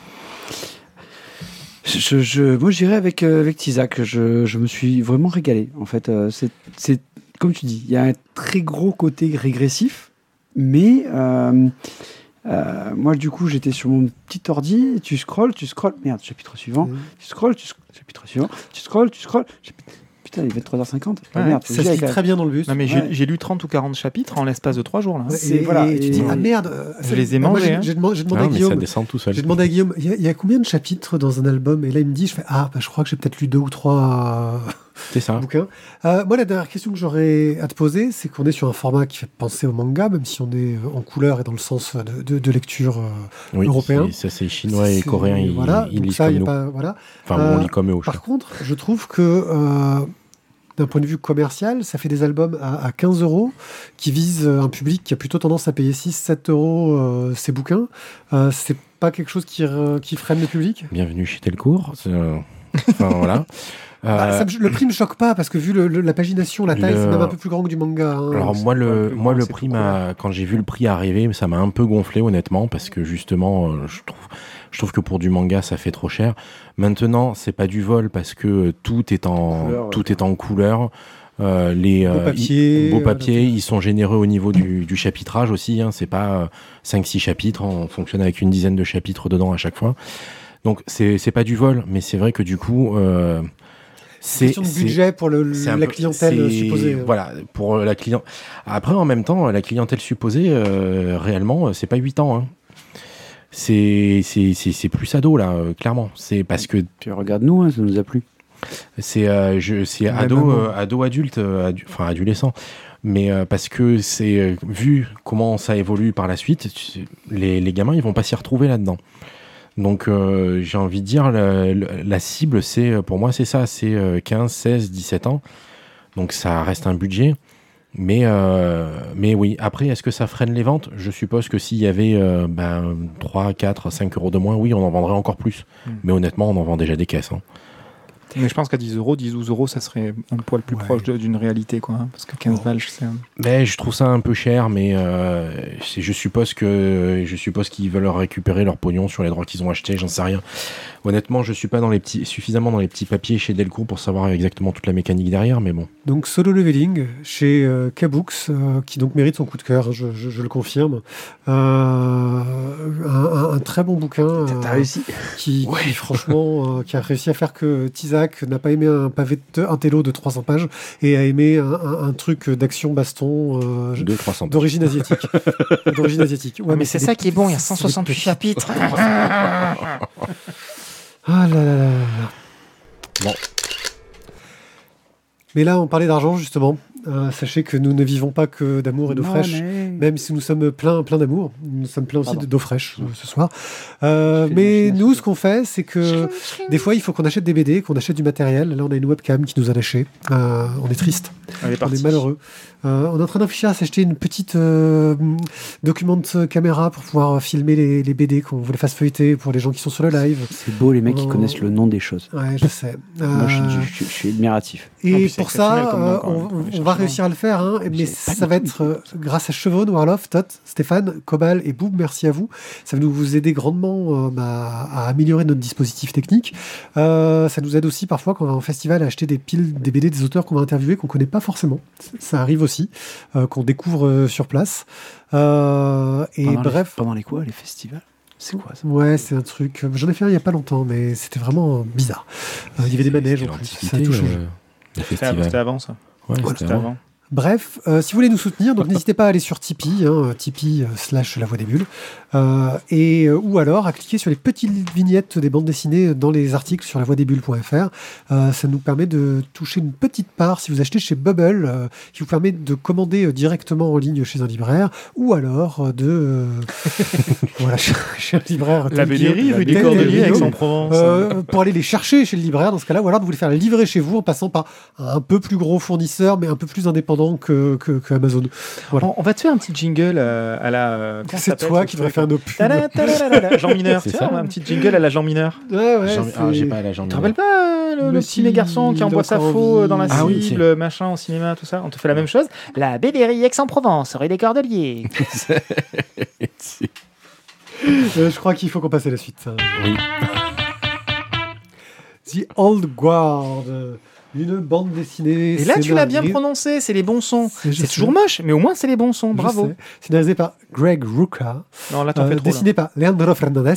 Je, je, moi, j'irais avec, euh, avec Tizak. Je, je me suis vraiment régalé. En fait, euh, c'est, c'est comme tu dis, il y a un très gros côté régressif, mais euh, euh, moi, du coup, j'étais sur mon petit ordi. Tu scrolles, tu scrolles. Merde, chapitre suivant. Mmh. Tu scrolles, tu scrolles, chapitre suivant. Tu scrolles, tu scrolles. chapitre- Putain, il est vingt-trois heures cinquante. Ouais, merde, Ça se lit très bien dans le bus. Non, mais Ouais. j'ai, j'ai lu trente ou quarante chapitres en l'espace de trois jours. Là. Ouais, c'est- et, voilà, et tu et- dis, ah merde. euh, Je ça- les ai ah, moi, mangés, j'ai- hein. J'ai demandé, j'ai demandé Ah, à mais ça Guillaume. descend tout seul. J'ai demandé à Guillaume, il y, a- il y a combien de chapitres dans un album? Et là, il me dit, je fais, ah, bah, je crois que j'ai peut-être lu deux ou trois C'est ça. bouquins. Euh, moi, la dernière question que j'aurais à te poser, c'est qu'on est sur un format qui fait penser au manga, même si on est en couleur et dans le sens de, de- de lecture euh, Oui, européen. c'est- ça c'est chinois et C'est- coréen, ils, voilà, ils donc lisent ça, comme y a nous. pas- voilà. Enfin, on Euh, lit comme eux au Par chat. contre, je trouve que euh, d'un point de vue commercial, ça fait des albums à, à quinze euros qui visent un public qui a plutôt tendance à payer six sept euros euh, ses bouquins. Euh, c'est pas quelque chose qui, re- qui freine le public? Bienvenue chez Delcourt. c'est, euh, Enfin, voilà. Bah, Euh, ça me- le prix me choque pas parce que vu le- le- la pagination, la taille, Le- c'est même un peu plus grand que du manga. hein. Alors c'est moi pas le plus moi grand, le c'est prix pourquoi. m'a quand j'ai vu le prix arriver ça m'a un peu gonflé honnêtement parce que justement euh, je trouve Je trouve que pour du manga, ça fait trop cher. Maintenant, c'est pas du vol parce que tout est en, couleur, tout ouais. est en couleur. Euh, les beaux papiers, ils, beaux papiers euh, ils sont généreux au niveau du, du chapitrage aussi. Hein, c'est pas euh, cinq six chapitres. On fonctionne avec une dizaine de chapitres dedans à chaque fois. Donc, c'est, c'est pas du vol, mais c'est vrai que du coup... Euh, C'est une question de budget pour le, la peu, clientèle supposée. Voilà, pour la client. Après, en même temps, la clientèle supposée, euh, réellement, c'est pas huit ans. Hein. C'est, c'est, c'est, c'est plus ado, là, euh, clairement. C'est parce que... Puis regarde-nous, hein, ça nous a plu. C'est, euh, je, c'est ado, euh, ado adulte, euh, adu, enfin adolescent. Mais euh, parce que c'est... Euh, vu comment ça évolue par la suite, tu, les, les gamins, ils vont pas s'y retrouver là-dedans. Donc euh, j'ai envie de dire la, la cible c'est pour moi c'est ça, c'est quinze, seize, dix-sept ans. Donc ça reste un budget, mais euh, mais oui, après est-ce que ça freine les ventes? Je suppose que s'il y avait euh, ben, trois, quatre, cinq euros de moins, oui, on en vendrait encore plus. Mmh. Mais honnêtement, on en vend déjà des caisses. Hein. Mais je pense qu'à dix euros, dix, douze euros, ça serait un poil plus ouais. proche de, d'une réalité, quoi. Hein, parce que quinze balles, c'est un... Mais je trouve ça un peu cher, mais euh, c'est, je suppose que je suppose qu'ils veulent récupérer leur pognon sur les droits qu'ils ont achetés, j'en sais rien. Honnêtement, je suis pas dans les petits, suffisamment dans les petits papiers chez Delcourt pour savoir exactement toute la mécanique derrière, mais bon. Donc Solo Leveling chez euh, K-Books, euh, qui donc mérite son coup de cœur, je, je, je le confirme. Euh, un, un, un très bon bouquin. T'as euh, réussi. Qui, ouais. qui franchement, euh, qui a réussi à faire que Tizak n'a pas aimé un pavé de, un télo de trois cents pages et a aimé un, un, un truc d'action baston euh, de trois cents d'origine asiatique. d'origine asiatique. Ouais, mais, mais c'est, c'est ça qui est bon, il y a cent soixante-huit chapitres. Ah là là là là. Bon. Mais là, on parlait d'argent, justement. Euh, sachez que nous ne vivons pas que d'amour et d'eau non, fraîche, mais... même si nous sommes pleins plein d'amour. Nous sommes pleins aussi Pardon. d'eau fraîche euh, ce soir. Euh, mais nous, ce qu'on fait, c'est que des fois, il faut qu'on achète des B D, qu'on achète du matériel. Là, on a une webcam qui nous a lâchés. Euh, on est triste. Elle est on est malheureux. Euh, on est en train de réfléchir à s'acheter une petite euh, documente caméra pour pouvoir filmer les, les B D, qu'on vous les fasse feuilleter pour les gens qui sont sur le live. C'est beau, les mecs qui connaissent le nom des choses. Ouais, je sais. Moi, je, je, je, je suis admiratif. Et ah, pour ça, euh, on, on va réussir à le faire, hein, mais ça va être euh, grâce à Chevron, Warloff, Tot, Stéphane, Cobal et Boub, merci à vous. Ça va nous vous aider grandement euh, à, à améliorer notre dispositif technique. Euh, ça nous aide aussi parfois quand on va en festival à acheter des piles, des B D des auteurs qu'on va interviewer, qu'on ne connaît pas forcément. Ça arrive aussi, euh, qu'on découvre euh, sur place. Euh, et pendant bref. Les, pendant les quoi, les festivals? C'est quoi ça? Ouais, c'est un truc. J'en ai fait un il n'y a pas longtemps, mais c'était vraiment bizarre. Euh, il y avait des manèges en plus. Ça a tout changé. Euh, c'était avant ça. Ouais, voilà. C'était avant. Bref, euh, si vous voulez nous soutenir, donc n'hésitez pas à aller sur Tipeee, hein, Tipeee euh, slash La Voix des Bulles, euh, et euh, ou alors à cliquer sur les petites vignettes des bandes dessinées dans les articles sur la voix des bulles point f r. Euh, ça nous permet de toucher une petite part si vous achetez chez Bubble, euh, qui vous permet de commander euh, directement en ligne chez un libraire, ou alors euh, de euh, voilà chez, chez un libraire. La Bellerie, rue des Cordeliers, Aix-en-Provence. Euh, pour aller les chercher chez le libraire dans ce cas-là, ou alors de vous les faire livrer chez vous en passant par un peu plus gros fournisseur, mais un peu plus indépendant que, que, que Amazon. Voilà. On, on va te faire un petit jingle euh, à la. Euh, c'est toi qui devrais faire nos pubs. Jean Mineur, c'est ça, un petit jingle à la Jean Mineur. Ouais, ouais. Jean, ah, j'ai pas à la Jean Mineur. Tu te rappelles pas euh, le, le petit garçon qui envoie sa faux dans la ah, cible, oui, machin, au cinéma, tout ça? On te fait la même chose. La Bellerie Aix-en-Provence, rue des Cordeliers. euh, je crois qu'il faut qu'on passe à la suite. Ça. Oui. The Old Guard. Une bande dessinée. Et là, tu l'as bien prononcé, c'est les bons sons. C'est, c'est toujours moche, mais au moins, c'est les bons sons. Bravo. Scénarisé par Greg Rucka. Non, là, t'en euh, fais trop. Dessiné là. par Leandro Fernandez.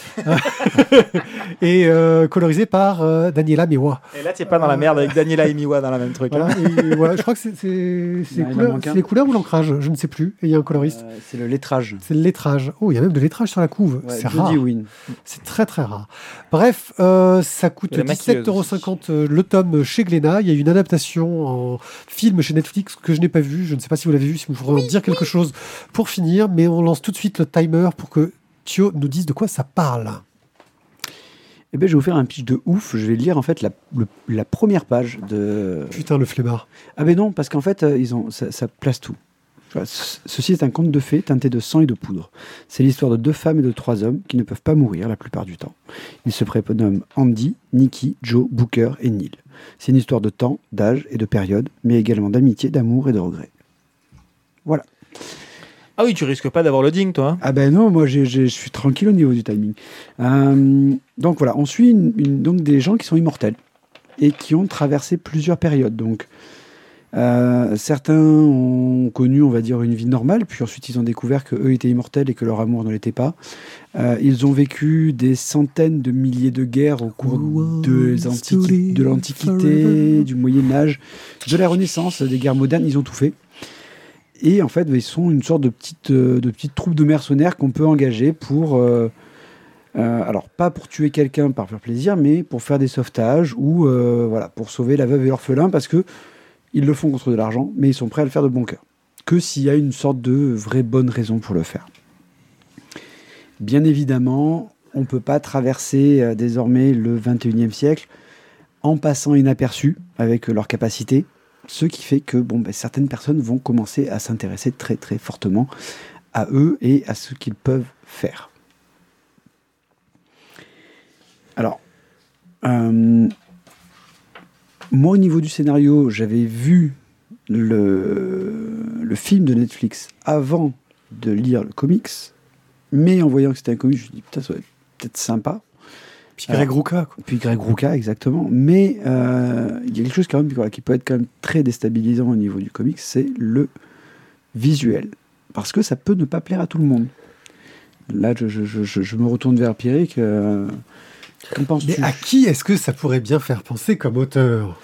et euh, colorisé par euh, Daniela Miwa. Et là, t'es pas dans la merde avec Daniela et Miwa dans la même truc. Voilà, hein. et, voilà, je crois que c'est, c'est, c'est, non, couleurs, c'est les couleurs ou l'ancrage, je ne sais plus. Et il y a un coloriste. Euh, c'est le lettrage. C'est le lettrage. Oh, il y a même de lettrage sur la couve. Ouais, c'est rare. Win. C'est très très rare. Bref, euh, ça coûte dix-sept euros cinquante le tome chez Glénat. Il y a une adaptation en film chez Netflix que je n'ai pas vu. Je ne sais pas si vous l'avez vu, si vous pourrez oui, en dire quelque oui. chose pour finir, mais on lance tout de suite le timer pour que Thio nous dise de quoi ça parle. Eh ben, je vais vous faire un pitch de ouf. Je vais lire en fait la, le, la première page de. Putain, le flemmard. Ah ben non, parce qu'en fait, euh, ils ont, ça, ça place tout. Ceci est un conte de fées teinté de sang et de poudre. C'est l'histoire de deux femmes et de trois hommes qui ne peuvent pas mourir la plupart du temps. Ils se prénomment Andy, Nikki, Joe, Booker et Neil. C'est une histoire de temps, d'âge et de période, mais également d'amitié, d'amour et de regret. Voilà. Ah oui, tu risques pas d'avoir le ding, toi. Hein. Ah ben non, moi je suis tranquille au niveau du timing. Euh, donc voilà, on suit une, une, donc des gens qui sont immortels et qui ont traversé plusieurs périodes. Donc euh, certains ont connu, on va dire, une vie normale, puis ensuite ils ont découvert qu'eux étaient immortels et que leur amour ne l'était pas. Euh, ils ont vécu des centaines de milliers de guerres au cours de, antiqui- de l'Antiquité, du Moyen-Âge, de la Renaissance, des guerres modernes, ils ont tout fait. Et en fait, ils sont une sorte de petite, de petite troupe de mercenaires qu'on peut engager pour... Euh, euh, alors, pas pour tuer quelqu'un par faire plaisir, mais pour faire des sauvetages ou euh, voilà, pour sauver la veuve et l'orphelin, parce que ils le font contre de l'argent, mais ils sont prêts à le faire de bon cœur. Que s'il y a une sorte de vraie bonne raison pour le faire. Bien évidemment, on ne peut pas traverser euh, désormais le vingt et unième siècle en passant inaperçu avec euh, leurs capacités. Ce qui fait que bon, ben, certaines personnes vont commencer à s'intéresser très très fortement à eux et à ce qu'ils peuvent faire. Alors, euh, moi au niveau du scénario, j'avais vu le, le film de Netflix avant de lire le comics, mais en voyant que c'était un comics, je me suis dit putain, ça va être peut-être sympa. Puis Greg Rucka. Quoi. Puis Greg Rucka, exactement. Mais euh, il y a quelque chose quand même voilà, qui peut être quand même très déstabilisant au niveau du comics, c'est le visuel. Parce que ça peut ne pas plaire à tout le monde. Là, je, je, je, je me retourne vers Pierrick. Euh, qu'en penses-tu ? Mais à qui est-ce que ça pourrait bien faire penser comme auteur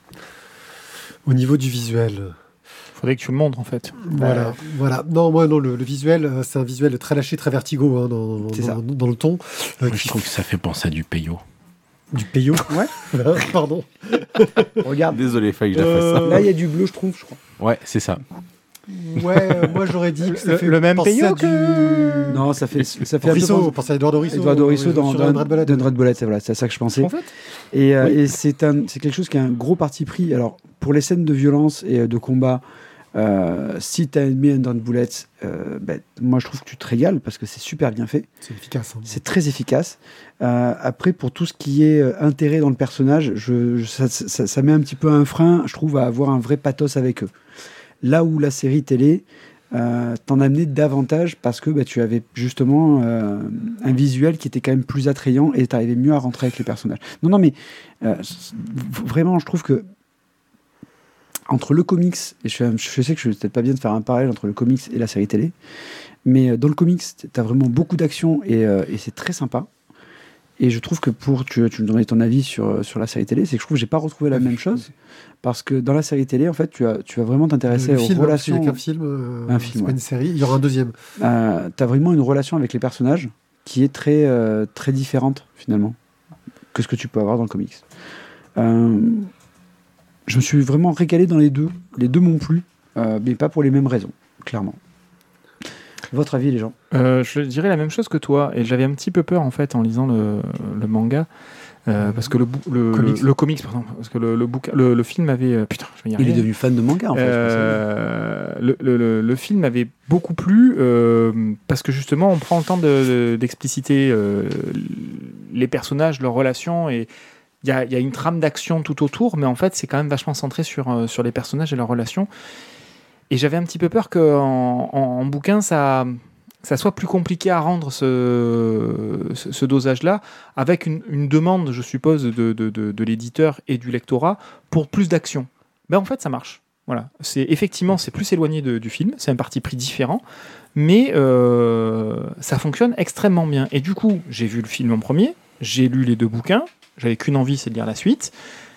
au niveau du visuel ? Faudrait que tu le montres en fait. Voilà, Euh... voilà. Non, moi non, le, le visuel, euh, c'est un visuel très lâché, très vertigo hein, dans, dans, dans, dans le ton. Euh, je trouve que ça fait penser à du Peyo. Du Peyo. Ouais. Pardon. Regarde. Désolé, fallait que je la fasse ça. Là, il y a du bleu, je trouve, je crois. Ouais, c'est ça. Ouais, euh, moi j'aurais dit que ça le, fait le même penser Peyo à que... du... Non, ça fait, ça fait Dorisso, un peu... penser à Edouard Dorisso. Edouard Dorisso dans, sur dans, Red Bullet. dans Red Bullet, c'est voilà, c'est à ça que je pensais. En fait. Et, euh, Oui. et c'est, un, c'est quelque chose qui a un gros parti pris. Alors, pour les scènes de violence et de combat, euh, si tu as aimé Red Bullet, euh, ben, moi je trouve que tu te régales parce que c'est super bien fait. C'est efficace. Hein. C'est très efficace. Euh, après, pour tout ce qui est intérêt dans le personnage, je, je, ça, ça, ça met un petit peu un frein, je trouve, à avoir un vrai pathos avec eux. Là où la série télé euh, t'en amenait davantage parce que bah, tu avais justement euh, un visuel qui était quand même plus attrayant et t'arrivais mieux à rentrer avec les personnages. Non, non, mais euh, vraiment, je trouve que entre le comics, et je, je sais que je ne peut-être pas bien de faire un parallèle entre le comics et la série télé, mais dans le comics, t'as vraiment beaucoup d'action et, euh, et c'est très sympa. Et je trouve que pour, tu, tu me donnais ton avis sur, sur la série télé, c'est que je trouve que j'ai pas retrouvé la même chose. Parce que dans la série télé, en fait, tu, as, tu vas vraiment t'intéresser le aux film, relations. Il n'y a qu'un film, euh, un c'est film, pas ouais. une série. Il y aura un deuxième. Euh, tu as vraiment une relation avec les personnages qui est très, euh, très différente, finalement, que ce que tu peux avoir dans le comics. Euh, je me suis vraiment régalé dans les deux. Les deux m'ont plu, euh, mais pas pour les mêmes raisons, clairement. Votre avis, les gens ? euh, Je dirais la même chose que toi, et j'avais un petit peu peur en fait en lisant le, le manga, euh, parce que le, le, comics. le, le comics, pardon, parce que le, le, bouquin, le, le film avait, euh, putain, je vais y arriver. Il est devenu fan de manga, en fait. Euh, le, le, le film avait beaucoup plu euh, parce que justement, on prend le temps de, de, d'expliciter euh, les personnages, leurs relations et il y a, y a une trame d'action tout autour, mais en fait, c'est quand même vachement centré sur, euh, sur les personnages et leurs relations. Et j'avais un petit peu peur qu'en en, en bouquin, ça, ça soit plus compliqué à rendre ce, ce, ce dosage-là, avec une, une demande, je suppose, de, de, de, de l'éditeur et du lectorat pour plus d'action. Ben, en fait, ça marche. Voilà. C'est, effectivement, c'est plus éloigné de, du film, c'est un parti pris différent, mais euh, ça fonctionne extrêmement bien. Et du coup, j'ai vu le film en premier, j'ai lu les deux bouquins, j'avais qu'une envie, c'est de lire la suite,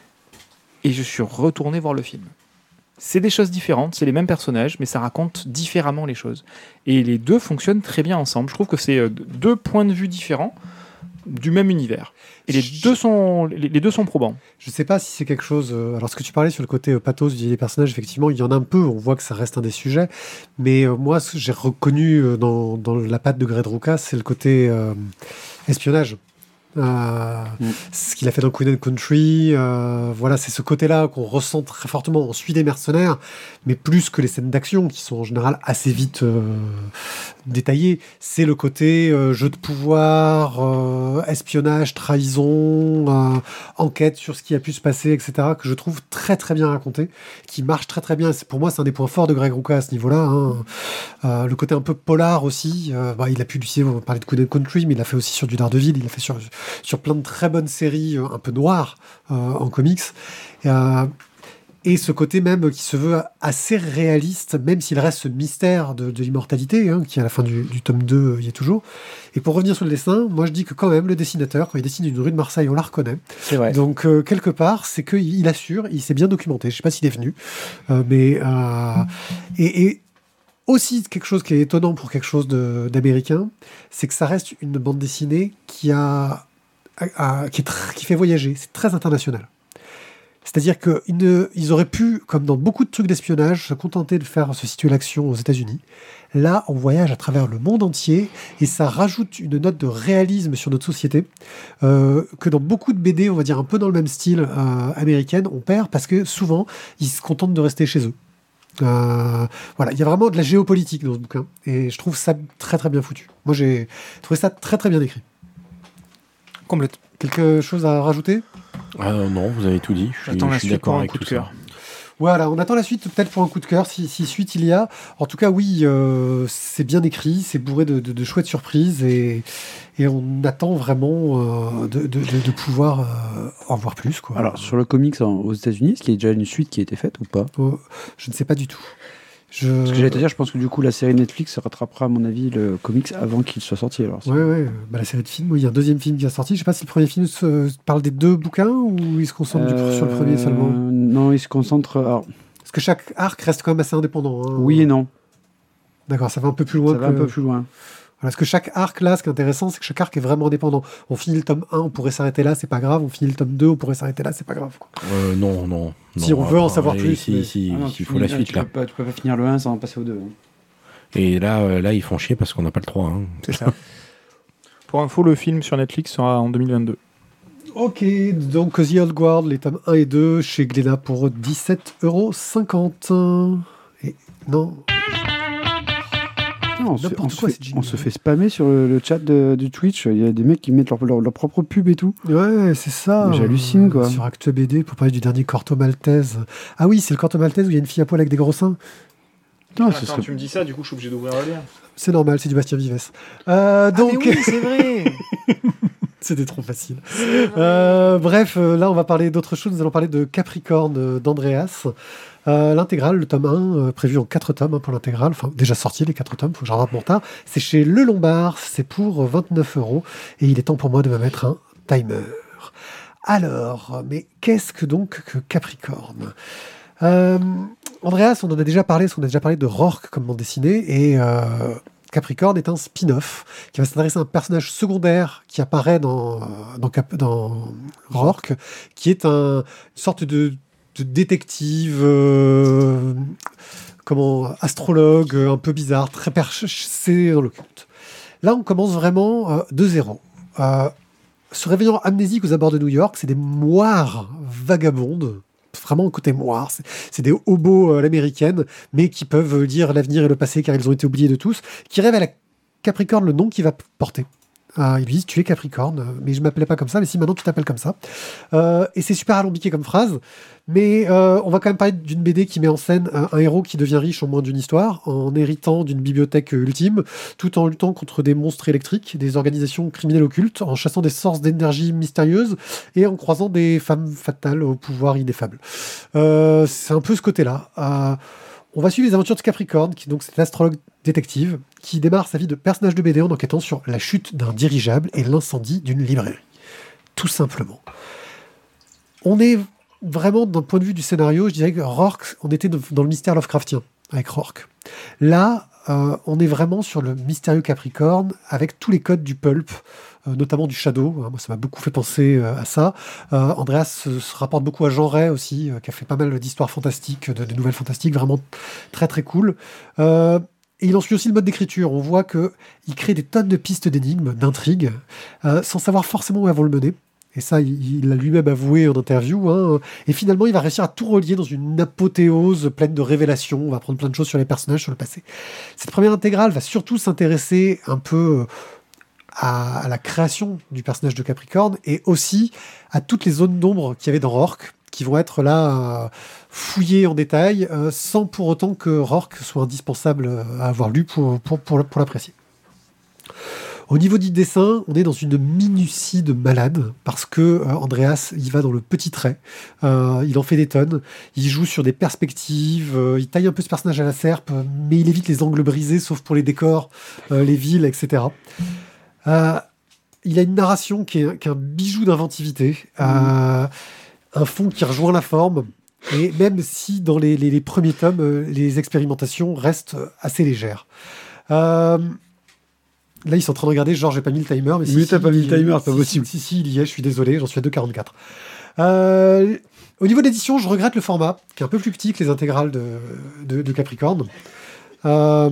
et je suis retourné voir le film. C'est des choses différentes, c'est les mêmes personnages, mais ça raconte différemment les choses. Et les deux fonctionnent très bien ensemble. Je trouve que c'est deux points de vue différents du même univers. Et les deux sont, les, les deux sont probants. Je ne sais pas si c'est quelque chose... Euh, alors, ce que tu parlais sur le côté euh, pathos des personnages, effectivement, il y en a un peu. On voit que ça reste un des sujets. Mais euh, moi, ce que j'ai reconnu euh, dans, dans la patte de Greg Rucka, c'est le côté euh, espionnage. Euh, mm. Ce qu'il a fait dans Queen and Country, euh, voilà, c'est ce côté-là qu'on ressent très fortement. On suit des mercenaires, mais plus que les scènes d'action qui sont en général assez vite euh, détaillé. C'est le côté euh, jeu de pouvoir, euh, espionnage, trahison, euh, enquête sur ce qui a pu se passer, et cetera, que je trouve très très bien raconté, qui marche très très bien. C'est, pour moi, c'est un des points forts de Greg Rucka à ce niveau-là. Hein. Euh, le côté un peu polar aussi. Euh, bah, il a pu l'utiliser, on va parler de Coup Country, mais il l'a fait aussi sur du Daredevil, il l'a fait sur, sur plein de très bonnes séries euh, un peu noires euh, en comics. Et, euh, Et ce côté même qui se veut assez réaliste, même s'il reste ce mystère de, de l'immortalité, hein, qui à la fin du, du tome deux euh, y est toujours. Et pour revenir sur le dessin, moi je dis que quand même, le dessinateur, quand il dessine une rue de Marseille, on la reconnaît. C'est vrai. Donc euh, quelque part, c'est qu'il il assure, il s'est bien documenté. Je ne sais pas s'il est venu, euh, mais... Euh, et, et aussi, quelque chose qui est étonnant pour quelque chose de, d'américain, c'est que ça reste une bande dessinée qui, a, a, qui, est tr- qui fait voyager. C'est très international. C'est-à-dire qu'ils ils auraient pu, comme dans beaucoup de trucs d'espionnage, se contenter de faire se situer l'action aux États-Unis. Là, on voyage à travers le monde entier et ça rajoute une note de réalisme sur notre société euh, que dans beaucoup de B D, on va dire un peu dans le même style euh, américaine, on perd parce que souvent, ils se contentent de rester chez eux. Euh, voilà, il y a vraiment de la géopolitique dans ce bouquin et je trouve ça très très bien foutu. Moi, j'ai trouvé ça très très bien écrit. Complète. Quelque chose à rajouter ? Euh, non, vous avez tout dit. Je suis, J'attends la je suis suite pour d'accord un avec coup de tout cœur. ça. Voilà, on attend la suite peut-être pour un coup de cœur, si, si suite il y a. En tout cas, oui, euh, c'est bien écrit, c'est bourré de, de, de chouettes surprises et, et on attend vraiment euh, de, de, de, de pouvoir euh, en voir plus. Quoi. Alors, sur le comics en, aux États-Unis, est-ce qu'il y a déjà une suite qui a été faite ou pas ? Oh, je ne sais pas du tout. Je... Ce que j'allais te dire, je pense que du coup, la série Netflix se rattrapera, à mon avis, le comics avant qu'il soit sorti. Alors, Ouais, ouais, bah, la série de films, oui, il y a un deuxième film qui est sorti. Je ne sais pas si le premier film se, parle des deux bouquins ou il se concentre euh, du, sur le premier seulement. Non, il se concentre. Alors, Parce que chaque arc reste quand même assez indépendant. Hein. oui et non. D'accord, ça va un peu plus loin. Ça que... va un peu plus loin. Voilà, parce que chaque arc, là, ce qui est intéressant, c'est que chaque arc est vraiment indépendant. On finit le tome un, on pourrait s'arrêter là, c'est pas grave. On finit le tome deux, on pourrait s'arrêter là, c'est pas grave. Quoi. Euh, non, non. Si non, on veut en euh, savoir allez, plus, Si, mais- si, Ah non, il tu faut finis- la suite tu là. Peux pas, tu peux pas finir le un sans passer au deux. hein. Et là, euh, là, ils font chier parce qu'on n'a pas le trois. Hein. C'est ça. Pour info, le film sur Netflix sera en deux mille vingt-deux. Ok, donc The Old Guard, les tomes un et deux, chez Glénat pour dix-sept euros cinquante. Et non... Non, on, se, N'importe on se quoi, fait, c'est jingle. on se fait spammer sur le, le chat de, du Twitch. Il y a des mecs qui mettent leur, leur, leur propre pub et tout. Ouais, c'est ça. J'hallucine, quoi. Sur Actu B D, pour parler du dernier Corto Maltese. Ah oui, c'est le Corto Maltese où il y a une fille à poil avec des gros seins. Non, ce serait... me dis ça, du coup, je suis obligé d'ouvrir le lien. C'est normal, c'est du Bastien Vives. Euh, donc, oui, c'est vrai. c'était trop facile. Euh, bref, euh, là, on va parler d'autre chose. Nous allons parler de Capricorne euh, d'Andreas. Euh, l'intégrale, le tome un, euh, prévu en quatre tomes hein, pour l'intégrale. Enfin, déjà sorti les quatre tomes, faut que je rattrape mon retard. C'est chez Le Lombard, c'est pour vingt-neuf euros. Et il est temps pour moi de me mettre un timer. Alors, mais qu'est-ce que donc que Capricorne ? euh, Andreas, on en a déjà parlé, parce qu'on a déjà parlé de Rourke comme bande dessinée, et euh, Capricorne est un spin-off qui va s'adresser à un personnage secondaire qui apparaît dans, dans, Cap- dans Rourke, qui est un, une sorte de, de détective, euh, comment, astrologue, un peu bizarre, très perché dans l'occulte. Là, on commence vraiment euh, de zéro. Euh, se réveillant amnésique aux abords de New York, c'est des moires vagabondes, vraiment côté moire, c'est, c'est des hobos à l'américaine, mais qui peuvent lire l'avenir et le passé car ils ont été oubliés de tous, qui révèlent à Capricorne le nom qu'il va porter. Euh, ils lui disent tu es Capricorne, mais je m'appelais pas comme ça, mais si maintenant tu t'appelles comme ça. Euh, et c'est super alambiqué comme phrase, mais euh, on va quand même parler d'une B D qui met en scène un, un héros qui devient riche en moins d'une histoire, en héritant d'une bibliothèque ultime, tout en luttant contre des monstres électriques, des organisations criminelles occultes, en chassant des sources d'énergie mystérieuses et en croisant des femmes fatales au pouvoir ineffable. Euh, c'est un peu ce côté-là. Euh, On va suivre les aventures de Capricorne, qui donc c'est l'astrologue détective, qui démarre sa vie de personnage de B D en enquêtant sur la chute d'un dirigeable et l'incendie d'une librairie. Tout simplement. On est vraiment, d'un point de vue du scénario, je dirais que Rourke, on était dans le mystère Lovecraftien, avec Rourke. Là, euh, on est vraiment sur le mystérieux Capricorne, avec tous les codes du pulp, euh, notamment du Shadow. Moi, ça m'a beaucoup fait penser euh, à ça. Euh, Andreas se, se rapporte beaucoup à Jean Ray aussi, euh, qui a fait pas mal d'histoires fantastiques, de, de nouvelles fantastiques, vraiment très très cool. Euh, et il en suit aussi le mode d'écriture. On voit qu'il crée des tonnes de pistes d'énigmes, d'intrigues, euh, sans savoir forcément où elles vont le mener. et ça, il, il l'a lui-même avoué en interview. Hein, et finalement, il va réussir à tout relier dans une apothéose pleine de révélations. On va apprendre plein de choses sur les personnages, sur le passé. Cette première intégrale va surtout s'intéresser un peu à, à la création du personnage de Capricorne et aussi à toutes les zones d'ombre qu'il y avait dans Rourke, qui vont être là euh, fouillées en détail, euh, sans pour autant que Rourke soit indispensable à avoir lu pour, pour, pour, pour l'apprécier. Au niveau du dessin, on est dans une minutie de malade, parce que euh, Andreas, il va dans le petit trait, euh, il en fait des tonnes, il joue sur des perspectives, euh, il taille un peu ce personnage à la serpe, mais il évite les angles brisés, sauf pour les décors, euh, les villes, et cetera. Euh, il a une narration qui est, qui est un bijou d'inventivité, euh, un fond qui rejoint la forme, et même si dans les, les, les premiers tomes, euh, les expérimentations restent assez légères. Euh, là, ils sont en train de regarder, genre, j'ai pas mis le timer. Mais, mais si, t'as si, pas mis le timer, si, c'est pas si, possible. Si, si, il y est, je suis désolé, j'en suis à deux quarante-quatre. Euh, au niveau de l'édition, je regrette le format, qui est un peu plus petit que les intégrales de, de, de Capricorne. Euh,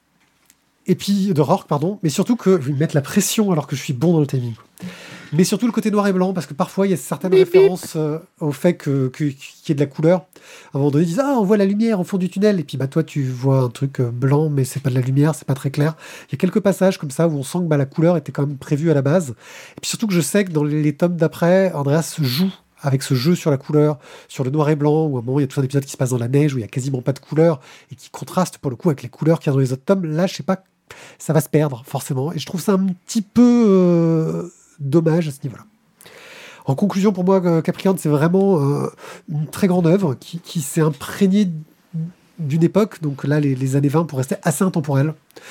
et puis, de Rourke, pardon, mais surtout qu'ils mettent la pression alors que je suis bon dans le timing. Mais surtout le côté noir et blanc, parce que parfois il y a certaines bip, références euh, au fait que, que, qu'il y ait de la couleur. À un moment donné, ils disent ah, on voit la lumière au fond du tunnel, et puis bah toi tu vois un truc euh, blanc, mais c'est pas de la lumière, c'est pas très clair. Il y a quelques passages comme ça où on sent que bah, la couleur était quand même prévue à la base. Et puis surtout que je sais que dans les, les tomes d'après, Andreas joue avec ce jeu sur la couleur, sur le noir et blanc, où à un moment il y a tout un épisode qui se passe dans la neige, où il y a quasiment pas de couleur, et qui contraste pour le coup avec les couleurs qu'il y a dans les autres tomes. Là, je sais pas, ça va se perdre forcément. Et je trouve ça un petit peu euh, dommage à ce niveau-là. En conclusion, pour moi, Capricorne, c'est vraiment euh, une très grande œuvre qui, qui s'est imprégnée d'une époque, donc là, les, les années vingt, pour rester assez intemporelles.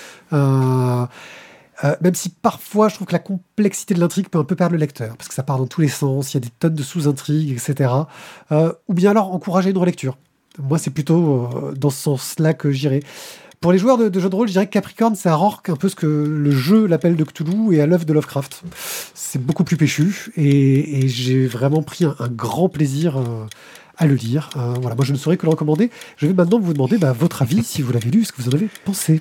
Euh, euh, même si parfois, je trouve que la complexité de l'intrigue peut un peu perdre le lecteur, parce que ça part dans tous les sens, il y a des tonnes de sous-intrigues, et cetera. Euh, ou bien alors, encourager une relecture. Moi, c'est plutôt euh, dans ce sens-là que j'irais. Pour les joueurs de, de jeux de rôle, je dirais que Capricorne, c'est à Rourke un peu ce que le jeu l'appelle de Cthulhu et à l'œuvre de Lovecraft. C'est beaucoup plus péchu et, et j'ai vraiment pris un, un grand plaisir euh, à le lire. Euh, voilà, moi, je ne saurais que le recommander. Je vais maintenant vous demander bah, votre avis, si vous l'avez lu, ce que vous en avez pensé.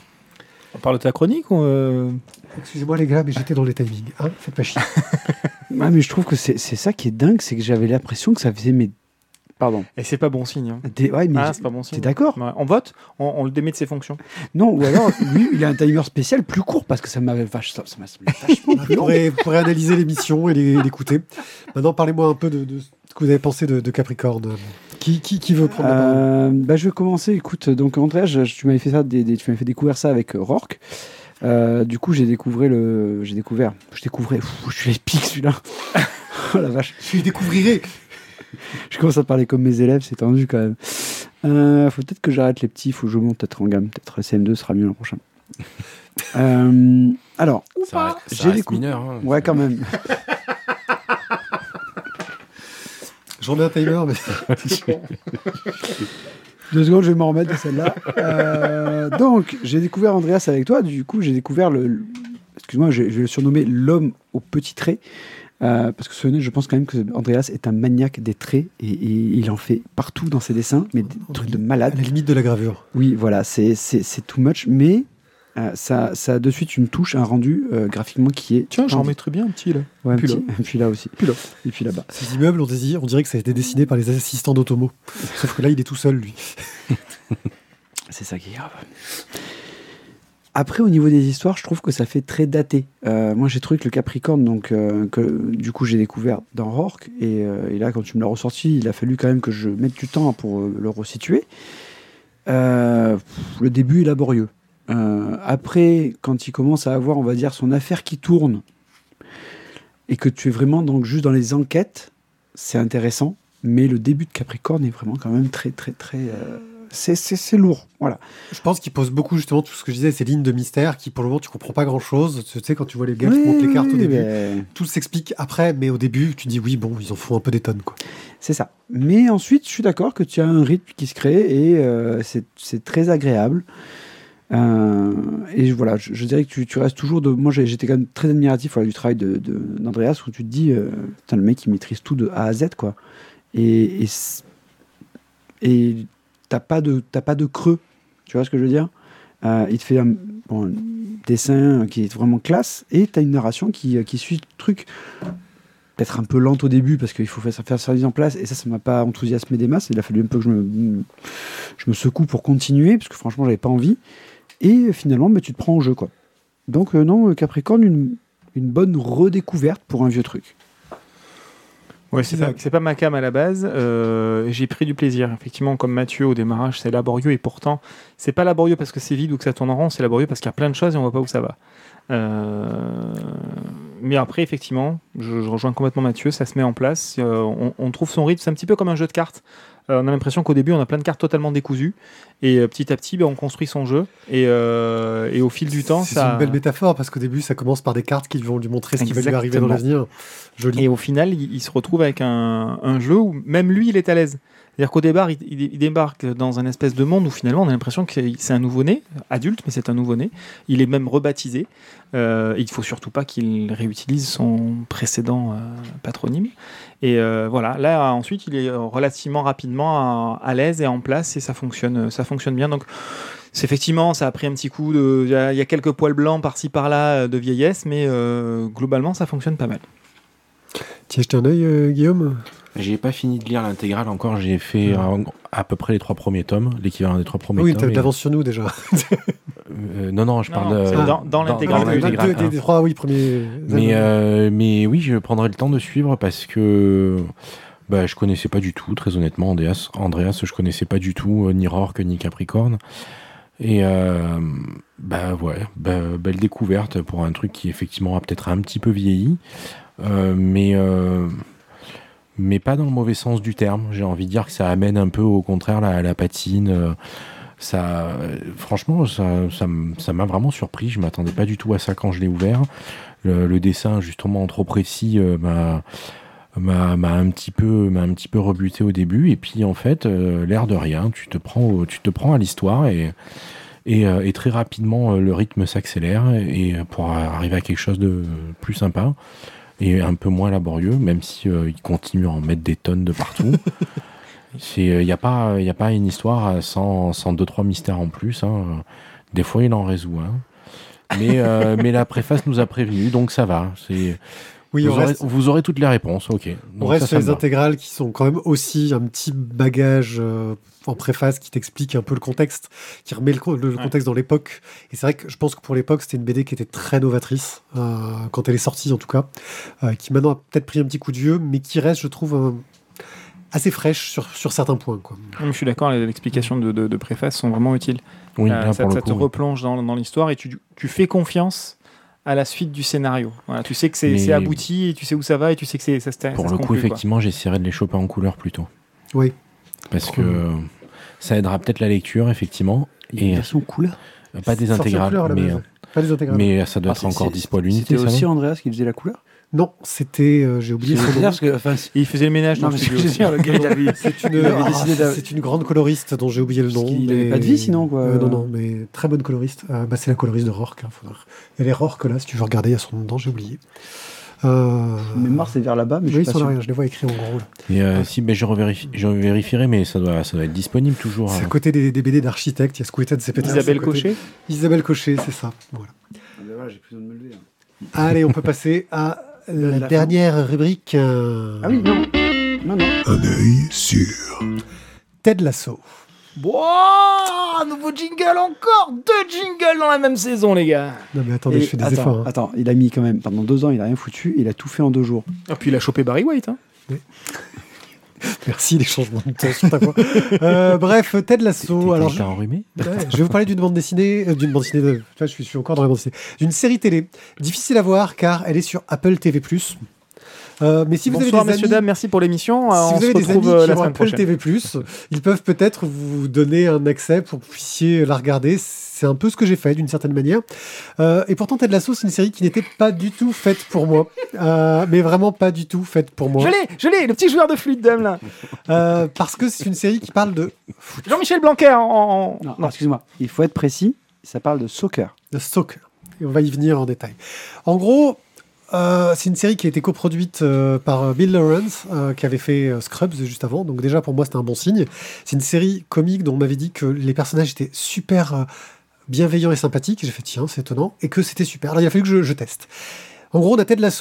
On parle de ta chronique ou euh... Excusez-moi les gars, mais j'étais dans les timings. Hein, faites pas chier. Ouais, mais je trouve que c'est, c'est ça qui est dingue, c'est que j'avais l'impression que ça faisait mes... Pardon. Et c'est pas bon signe. Hein. Des... Ouais, mais ah, c'est pas bon signe. T'es d'accord? Ouais. On vote, on, on le démet de ses fonctions. Non, ou alors, lui, il a un timer spécial plus court parce que ça m'avait vache, ça, ça m'a vachement vous, pourrez, vous pourrez analyser l'émission et l'écouter. Maintenant, parlez-moi un peu de, de ce que vous avez pensé de, de Capricorne. Qui, qui, qui veut prendre la parole? euh, bah, Je vais commencer. Écoute, donc André, je, tu m'avais fait ça, des, des, tu m'avais fait découvrir ça avec Rourke. Euh, du coup, j'ai découvert le, j'ai découvert, je découvrais, pff, je suis épique celui-là. Oh la vache. Je découvrirai. Je commence à parler comme mes élèves, c'est tendu quand même. Euh, faut peut-être que j'arrête les petits, faut que je monte peut-être en gamme. Peut-être C M deux sera mieux l'an prochain. euh, alors, ça, ça j'ai reste décou- mineur. Hein. Ouais, quand même. J'en ai un timer, mais. Deux secondes, je vais m'en remettre de celle-là. Euh, donc, j'ai découvert Andreas avec toi. Du coup, j'ai découvert le. le excuse-moi, je, je vais le surnommer l'homme aux petits traits. Euh, parce que soyez, je pense quand même que Andreas est un maniaque des traits et, et il en fait partout dans ses dessins, mais des trucs de malade. À la limite de la gravure. Oui, voilà, c'est, c'est, c'est too much, mais euh, ça, ça a de suite une touche, un rendu euh, graphiquement qui est. Tiens, j'en mettrais bien un petit là. Ouais, un puis, petit, là. et puis là aussi. Puis là. Et puis là-bas. Ces immeubles, on, désire, on dirait que ça a été dessiné par les assistants d'Otomo. Sauf que là, il est tout seul, lui. C'est ça qui est grave. Après, au niveau des histoires, je trouve que ça fait très daté. Euh, moi, j'ai trouvé que le Capricorne, donc, euh, que du coup, j'ai découvert dans Rourke, et, euh, et là, quand tu me l'as ressorti, il a fallu quand même que je mette du temps pour euh, le resituer. Euh, le début est laborieux. Euh, après, quand il commence à avoir, on va dire, son affaire qui tourne, et que tu es vraiment donc, juste dans les enquêtes, c'est intéressant, mais le début de Capricorne est vraiment quand même très, très, très... Euh, C'est, c'est, c'est lourd, voilà. Je pense qu'il pose beaucoup, justement, tout ce que je disais, ces lignes de mystère qui, pour le moment, tu comprends pas grand-chose. Tu sais, quand tu vois les gars oui, qui montent les cartes oui, au début, mais... tout s'explique après, mais au début, tu dis oui, bon, ils en font un peu des tonnes, quoi. C'est ça. Mais ensuite, je suis d'accord que tu as un rythme qui se crée et euh, c'est, c'est très agréable. Euh, et voilà, je, je dirais que tu, tu restes toujours de... Moi, j'étais quand même très admiratif voilà, du travail de, de, d'Andreas où tu te dis, euh, putain, le mec, il maîtrise tout de A à Z, quoi. Et... et, et T'as pas de t'as pas de creux, tu vois ce que je veux dire. Euh, il te fait un, bon, un dessin qui est vraiment classe et t'as une narration qui, qui suit le truc peut-être un peu lente au début parce qu'il faut faire, faire sa mise en place et ça, ça m'a pas enthousiasmé des masses. Il a fallu un peu que je me, je me secoue pour continuer parce que franchement, j'avais pas envie. Et finalement, bah, tu te prends au jeu, quoi. Donc euh, non, Capricorne, une, une bonne redécouverte pour un vieux truc. Ouais, c'est pas, c'est pas ma cam à la base. Euh, j'ai pris du plaisir. Effectivement, comme Mathieu, au démarrage, c'est laborieux et pourtant, c'est pas laborieux parce que c'est vide ou que ça tourne en rond, c'est laborieux parce qu'il y a plein de choses et on voit pas où ça va. Euh... Mais après, effectivement, je, je rejoins complètement Mathieu, ça se met en place. Euh, on, on trouve son rythme, c'est un petit peu comme un jeu de cartes. Euh, on a l'impression qu'au début, on a plein de cartes totalement décousues et euh, petit à petit, ben, on construit son jeu. Et, euh, et au fil du temps, c'est ça. C'est une belle métaphore parce qu'au début, ça commence par des cartes qui vont lui montrer ce qui va lui arriver dans l'avenir. Joli. Et au final, il, il se retrouve avec un, un jeu où même lui, il est à l'aise. C'est-à-dire qu'au départ, il, il, il débarque dans un espèce de monde où finalement, on a l'impression que c'est un nouveau-né, adulte, mais c'est un nouveau-né. Il est même rebaptisé. Euh, il ne faut surtout pas qu'il réutilise son précédent euh, patronyme. Et euh, voilà, là, ensuite, il est relativement rapidement à, à l'aise et en place et ça fonctionne, ça fonctionne bien. Donc, c'est effectivement, ça a pris un petit coup. De, il y a, il y a quelques poils blancs par-ci par-là de vieillesse, mais euh, globalement, ça fonctionne pas mal. Tu as jeté un œil, euh, Guillaume ? J'ai pas fini de lire l'intégrale encore, j'ai fait euh, à peu près les trois premiers tomes, l'équivalent des trois premiers oui, tomes. Oui, t'as de l'avance sur nous déjà. euh, non, non, je non, parle de, dans, dans, dans l'intégrale. Dans l'intégrale. Des, des, des trois, oui, premiers. Mais, euh, mais oui, je prendrai le temps de suivre parce que bah, je connaissais pas du tout, très honnêtement, Andreas, Andreas je connaissais pas du tout, euh, ni Rourke, ni Capricorne. Et euh, bah ouais, bah, belle découverte pour un truc qui effectivement a peut-être un petit peu vieilli, euh, mais... Euh, mais pas dans le mauvais sens du terme. J'ai envie de dire que ça amène un peu au contraire la, la patine. Euh, ça, euh, franchement, ça, ça, ça m'a vraiment surpris. Je m'attendais pas du tout à ça quand je l'ai ouvert. Le, le dessin justement trop précis euh, m'a, m'a, m'a un petit peu, m'a un petit peu rebuté au début. Et puis en fait, euh, l'air de rien, tu te prends, au, tu te prends à l'histoire et et, euh, et très rapidement euh, le rythme s'accélère et, et pour arriver à quelque chose de plus sympa. Et un peu moins laborieux, même si euh, il continue à en mettre des tonnes de partout. Il n'y euh, a, pas, y a pas une histoire sans, sans deux, trois mystères en plus. Hein. Des fois, il en résout un. Hein. Mais, euh, mais la préface nous a prévenus, donc ça va. C'est... Oui, vous, aurez, reste... vous aurez toutes les réponses, ok. Donc on reste ça, sur les intégrales qui sont quand même aussi un petit bagage euh, en préface qui t'explique un peu le contexte, qui remet le, le, le contexte ouais. dans l'époque. Et c'est vrai que je pense que pour l'époque, c'était une B D qui était très novatrice, euh, quand elle est sortie en tout cas, euh, qui maintenant a peut-être pris un petit coup de vieux, mais qui reste, je trouve, euh, assez fraîche sur, sur certains points. Quoi. Je suis d'accord, les explications de, de, de préface sont vraiment utiles. Oui, euh, là, ça pour ça le coup, te oui. replonge dans, dans l'histoire et tu, tu fais confiance à la suite du scénario. Voilà, tu sais que c'est, c'est abouti et tu sais où ça va et tu sais que c'est, ça se Pour ça le se coup, conclut, effectivement, quoi. j'essaierai de les choper en couleur plutôt. Oui. Parce que euh, ça aidera peut-être la lecture, effectivement. Il y a une version couleur. Pas des intégrales, couleur, mais, euh, pas des intégrales. mais ça doit ah, être encore dispo à l'unité. C'était aussi Andreas qui faisait la couleur. Non, c'était... Euh, j'ai oublié son nom. Parce que, enfin, il faisait le ménage dans le studio. C'est une, ah, c'est une grande coloriste dont j'ai oublié le nom. Il n'avait pas de vie sinon, quoi. Euh, non, non, mais très bonne coloriste. Euh, bah, c'est la coloriste de Rourke. Hein, faudra... Elle est Rourke là, si tu veux regarder, il y a son nom dedans, j'ai oublié. Euh... Mémoire, c'est vers là-bas, mais oui, je suis pas sûr. Rien, je les vois écrits en gros. Là. Et euh, ouais. Si, ben, je, revérifie, je vérifierai, mais ça doit, ça doit être disponible toujours. C'est à côté des, des B D d'architectes. Il y a Squeeted, c'est peut-être Isabelle Cochet. Isabelle Cochet, c'est ça. Voilà. Voilà, j'ai plus besoin de me lever. Hein. Allez, on peut passer à la, la dernière fin. rubrique. Euh... Ah oui, non. Non, non. Un œil sur Ted Lasso. Wow, nouveau jingle encore. Deux jingles dans la même saison, les gars. Non mais attendez, et je fais des attends, efforts. Hein. Attends, il a mis quand même, pendant deux ans, il a rien foutu, il a tout fait en deux jours. Et puis il a chopé Barry White. Hein. Mais... Merci les changements de ton sur ta voix. Euh, bref, Ted Lasso. Alors, je... enrhumé ouais, je vais vous parler d'une bande dessinée, euh, d'une bande dessinée. De... Je, suis, je suis encore dans la bande dessinée. D'une série télé difficile à voir car elle est sur Apple T V plus. Euh, mais si vous Bonsoir, avez des messieurs, amis, dames, merci pour l'émission. Si on vous se avez des retrouve amis qui la ont semaine Apple prochaine. T V plus, ils peuvent peut-être vous donner un accès pour que vous puissiez la regarder. C'est un peu ce que j'ai fait d'une certaine manière. Euh, et pourtant, Ted Lasso, c'est une série qui n'était pas du tout faite pour moi. Euh, mais vraiment pas du tout faite pour moi. Je l'ai, je l'ai, le petit joueur de flûte, dame, là. Euh, parce que c'est une série qui parle de... Jean-Michel Blanquer en... en... Non, non, excuse-moi. Il faut être précis. Ça parle de soccer. De soccer. Et on va y venir en détail. En gros... Euh, c'est une série qui a été coproduite euh, par Bill Lawrence, euh, qui avait fait euh, Scrubs juste avant. Donc déjà, pour moi, c'était un bon signe. C'est une série comique dont on m'avait dit que les personnages étaient super euh, bienveillants et sympathiques. J'ai fait, tiens, c'est étonnant. Et que c'était super. Alors, il a fallu que je, je teste. En gros, on a Ted Lasso,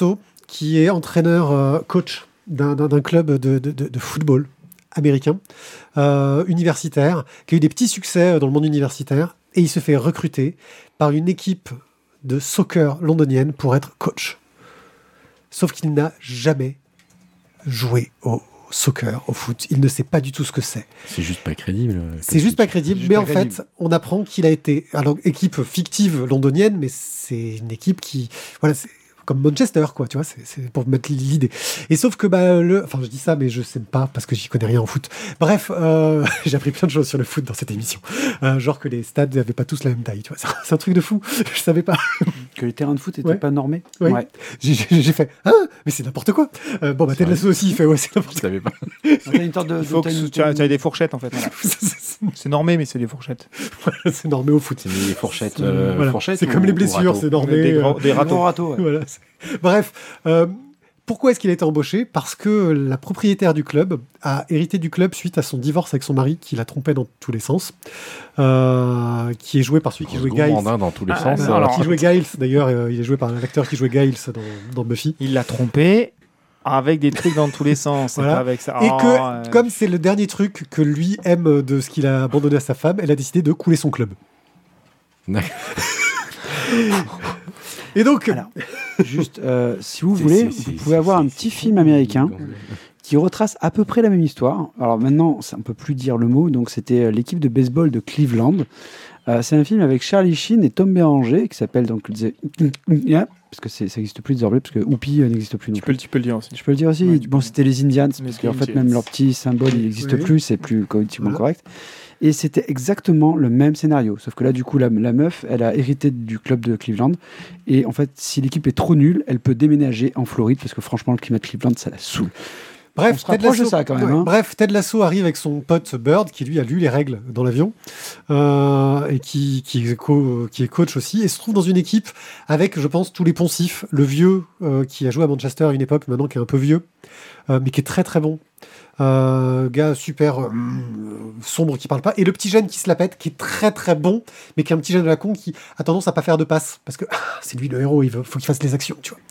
qui est entraîneur, euh, coach d'un, d'un, d'un club de, de, de, de football américain, euh, universitaire, qui a eu des petits succès dans le monde universitaire, et il se fait recruter par une équipe de soccer londonienne pour être coach. Sauf qu'il n'a jamais joué au soccer, au foot. Il ne sait pas du tout ce que c'est. C'est juste pas crédible. C'est juste pas crédible, mais en fait, on apprend qu'il a été... Alors, équipe fictive londonienne, mais c'est une équipe qui... Voilà, c'est comme Manchester, quoi, tu vois, c'est, c'est pour mettre l'idée. Et sauf que, bah, le... Enfin, je dis ça, mais je sais pas, parce que j'y connais rien en foot. Bref, euh... j'ai appris plein de choses sur le foot dans cette émission. Euh, genre que les stades n'avaient pas tous la même taille, tu vois. C'est un truc de fou. Je savais pas. Que les terrains de foot n'étaient ouais. pas normés. Ouais. Ouais. J'ai, j'ai, j'ai fait, ah, mais c'est n'importe quoi. Euh, bon, bah, Ted Lasso aussi, il fait, ouais, c'est n'importe quoi. Je savais pas. T'as une sorte de... Il faut que tu as des fourchettes, en fait. Voilà. C'est normé, mais c'est des fourchettes. Voilà, c'est normé au foot. C'est des fourchettes. Euh, voilà. fourchettes c'est ou, comme les blessures, c'est normé. Des, gros, des râteaux. râteaux. Ouais. Voilà. Bref, euh, pourquoi est-ce qu'il a été embauché ? Parce que la propriétaire du club a hérité du club suite à son divorce avec son mari, qui la trompait dans tous les sens, euh, qui est joué par celui qui jouait Giles. Dans tous les ah, sens. Alors, alors, qui jouait Giles, d'ailleurs, euh, il est joué par l'acteur qui jouait Giles dans, dans Buffy. Il l'a trompé avec des trucs dans tous les sens. Voilà. Pas avec ça. Et oh, que, euh... comme c'est le dernier truc que lui aime de ce qu'il a abandonné à sa femme, elle a décidé de couler son club. Et donc, alors, juste, euh, si vous voulez, c'est, c'est, vous pouvez avoir un petit film américain qui retrace à peu près la même histoire. Alors maintenant, on ne peut plus dire le mot, donc c'était l'équipe de baseball de Cleveland. Euh, c'est un film avec Charlie Sheen et Tom Béranger qui s'appelle donc The... parce que c'est, ça n'existe plus désormais, parce que Whoopi n'existe plus. Non tu, peux, tu peux le dire aussi. Je peux le dire aussi. Ouais, bon, c'était les Indians, mais parce qu'en fait, même leur petit symbole, il n'existe oui. plus, c'est plus politiquement voilà. correct. Et c'était exactement le même scénario. Sauf que là, du coup, la, la meuf, elle a hérité du club de Cleveland. Et en fait, si l'équipe est trop nulle, elle peut déménager en Floride, parce que franchement, le climat de Cleveland, ça la saoule. Bref, Ted Lasso, de ça quand même. Ouais, hein. Bref, Ted Lasso arrive avec son pote Bird, qui lui a lu les règles dans l'avion, euh, et qui, qui, est co- qui est coach aussi, et se trouve dans une équipe avec, je pense, tous les poncifs. Le vieux euh, qui a joué à Manchester à une époque, maintenant qui est un peu vieux, euh, mais qui est très très bon. Euh, gars super euh, sombre qui parle pas, et le petit jeune qui se la pète, qui est très très bon, mais qui est un petit jeune de la con qui a tendance à pas faire de passe, parce que ah, c'est lui le héros, il veut, faut qu'il fasse les actions, tu vois.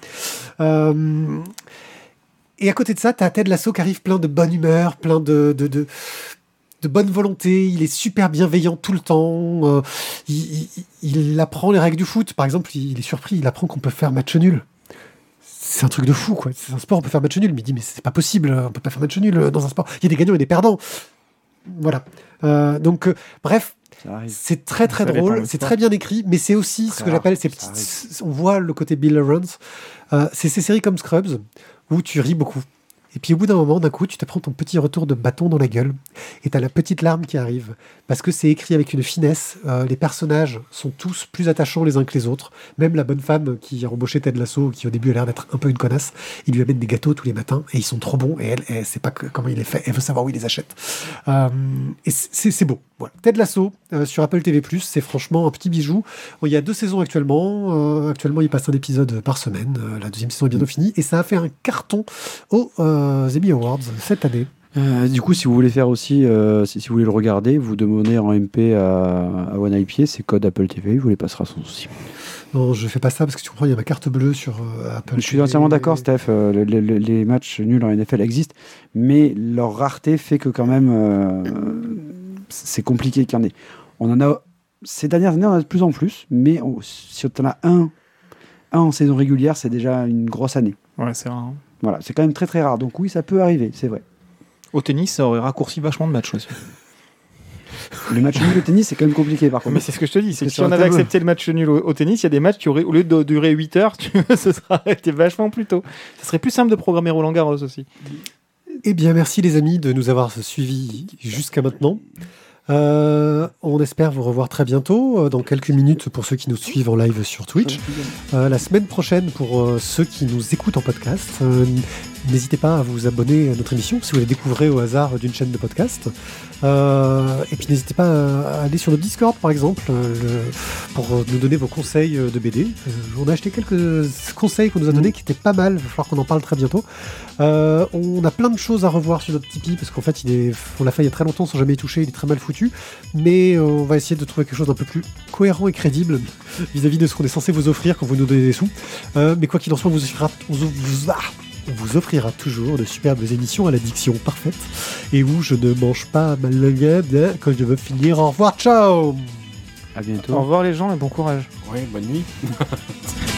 Euh, et à côté de ça, t'as Ted Lasso qui arrive plein de bonne humeur, plein de, de, de, de bonne volonté, il est super bienveillant tout le temps, euh, il, il, il apprend les règles du foot, par exemple, il est surpris, il apprend qu'on peut faire match nul. C'est un truc de fou, quoi. C'est un sport, on peut faire match nul. Mais il dit, mais c'est pas possible, on peut pas faire match nul dans un sport. Il y a des gagnants et des perdants. Voilà. Euh, donc, euh, bref, c'est très très ça drôle, c'est très bien écrit, mais c'est aussi très ce que rare, j'appelle ces petites. On voit le côté Bill Lawrence. Euh, c'est ces séries comme Scrubs où tu ris beaucoup. Et puis au bout d'un moment, d'un coup, tu te prends ton petit retour de bâton dans la gueule et t'as la petite larme qui arrive. Parce que c'est écrit avec une finesse. Euh, les personnages sont tous plus attachants les uns que les autres. Même la bonne femme qui a embauché Ted Lasso, qui au début a l'air d'être un peu une connasse, il lui amène des gâteaux tous les matins et ils sont trop bons. Et elle, elle sait pas que, comment il les fait. Elle veut savoir où il les achète. Euh, et c'est, c'est beau. Voilà. Ted Lasso euh, sur Apple T V plus, c'est franchement un petit bijou. Bon, il y a deux saisons actuellement. Euh, actuellement, il passe un épisode par semaine. Euh, la deuxième saison est bientôt finie. Et ça a fait un carton au euh, Emmy Awards cette année. Euh, du coup, si vous voulez faire aussi, euh, si, si vous voulez le regarder, vous demandez en M P à, à One I P, c'est code Apple T V, il vous les passera sans souci. Non, je fais pas ça parce que tu comprends, il y a ma carte bleue sur euh, Apple. Je suis entièrement d'accord, Steph. Euh, les, les, les matchs nuls en N F L existent, mais leur rareté fait que quand même, euh, c'est compliqué qu'il y en ait. On en a ces dernières années, on en a de plus en plus, mais on, si on en a un, un en saison régulière, c'est déjà une grosse année. Ouais, c'est rare. Hein. Voilà, c'est quand même très très rare. Donc oui, ça peut arriver, c'est vrai. Au tennis, ça aurait raccourci vachement de matchs aussi. Le match nul au tennis, c'est quand même compliqué par contre. Mais c'est ce que je te dis, c'est que si on avait accepté le match nul au, au tennis, il y a des matchs qui auraient, au lieu de durer huit heures, tu vois, ce serait arrêté vachement plus tôt. Ce serait plus simple de programmer Roland Garros aussi. Eh bien, merci les amis de nous avoir suivis jusqu'à maintenant. Euh, on espère vous revoir très bientôt, dans quelques minutes pour ceux qui nous suivent en live sur Twitch. Euh, la semaine prochaine pour euh, ceux qui nous écoutent en podcast. Euh, n'hésitez pas à vous abonner à notre émission si vous la découvrez au hasard d'une chaîne de podcast. Euh, et puis n'hésitez pas à aller sur notre Discord par exemple euh, le, pour nous donner vos conseils de B D. Euh, on a acheté quelques conseils qu'on nous a donnés qui étaient pas mal, il va falloir qu'on en parle très bientôt. Euh, on a plein de choses à revoir sur notre Tipeee parce qu'en fait il est, on l'a fait il y a très longtemps sans jamais y toucher, il est très mal foutu, mais euh, on va essayer de trouver quelque chose d'un peu plus cohérent et crédible vis-à-vis de ce qu'on est censé vous offrir quand vous nous donnez des sous. Euh, mais quoi qu'il en soit, on vous offrira, on vous, vous, ah, on vous offrira toujours de superbes émissions à la diction parfaite et où je ne mange pas ma langue quand je veux finir. Au revoir, ciao. À bientôt. Au revoir les gens et bon courage. Ouais, bonne nuit.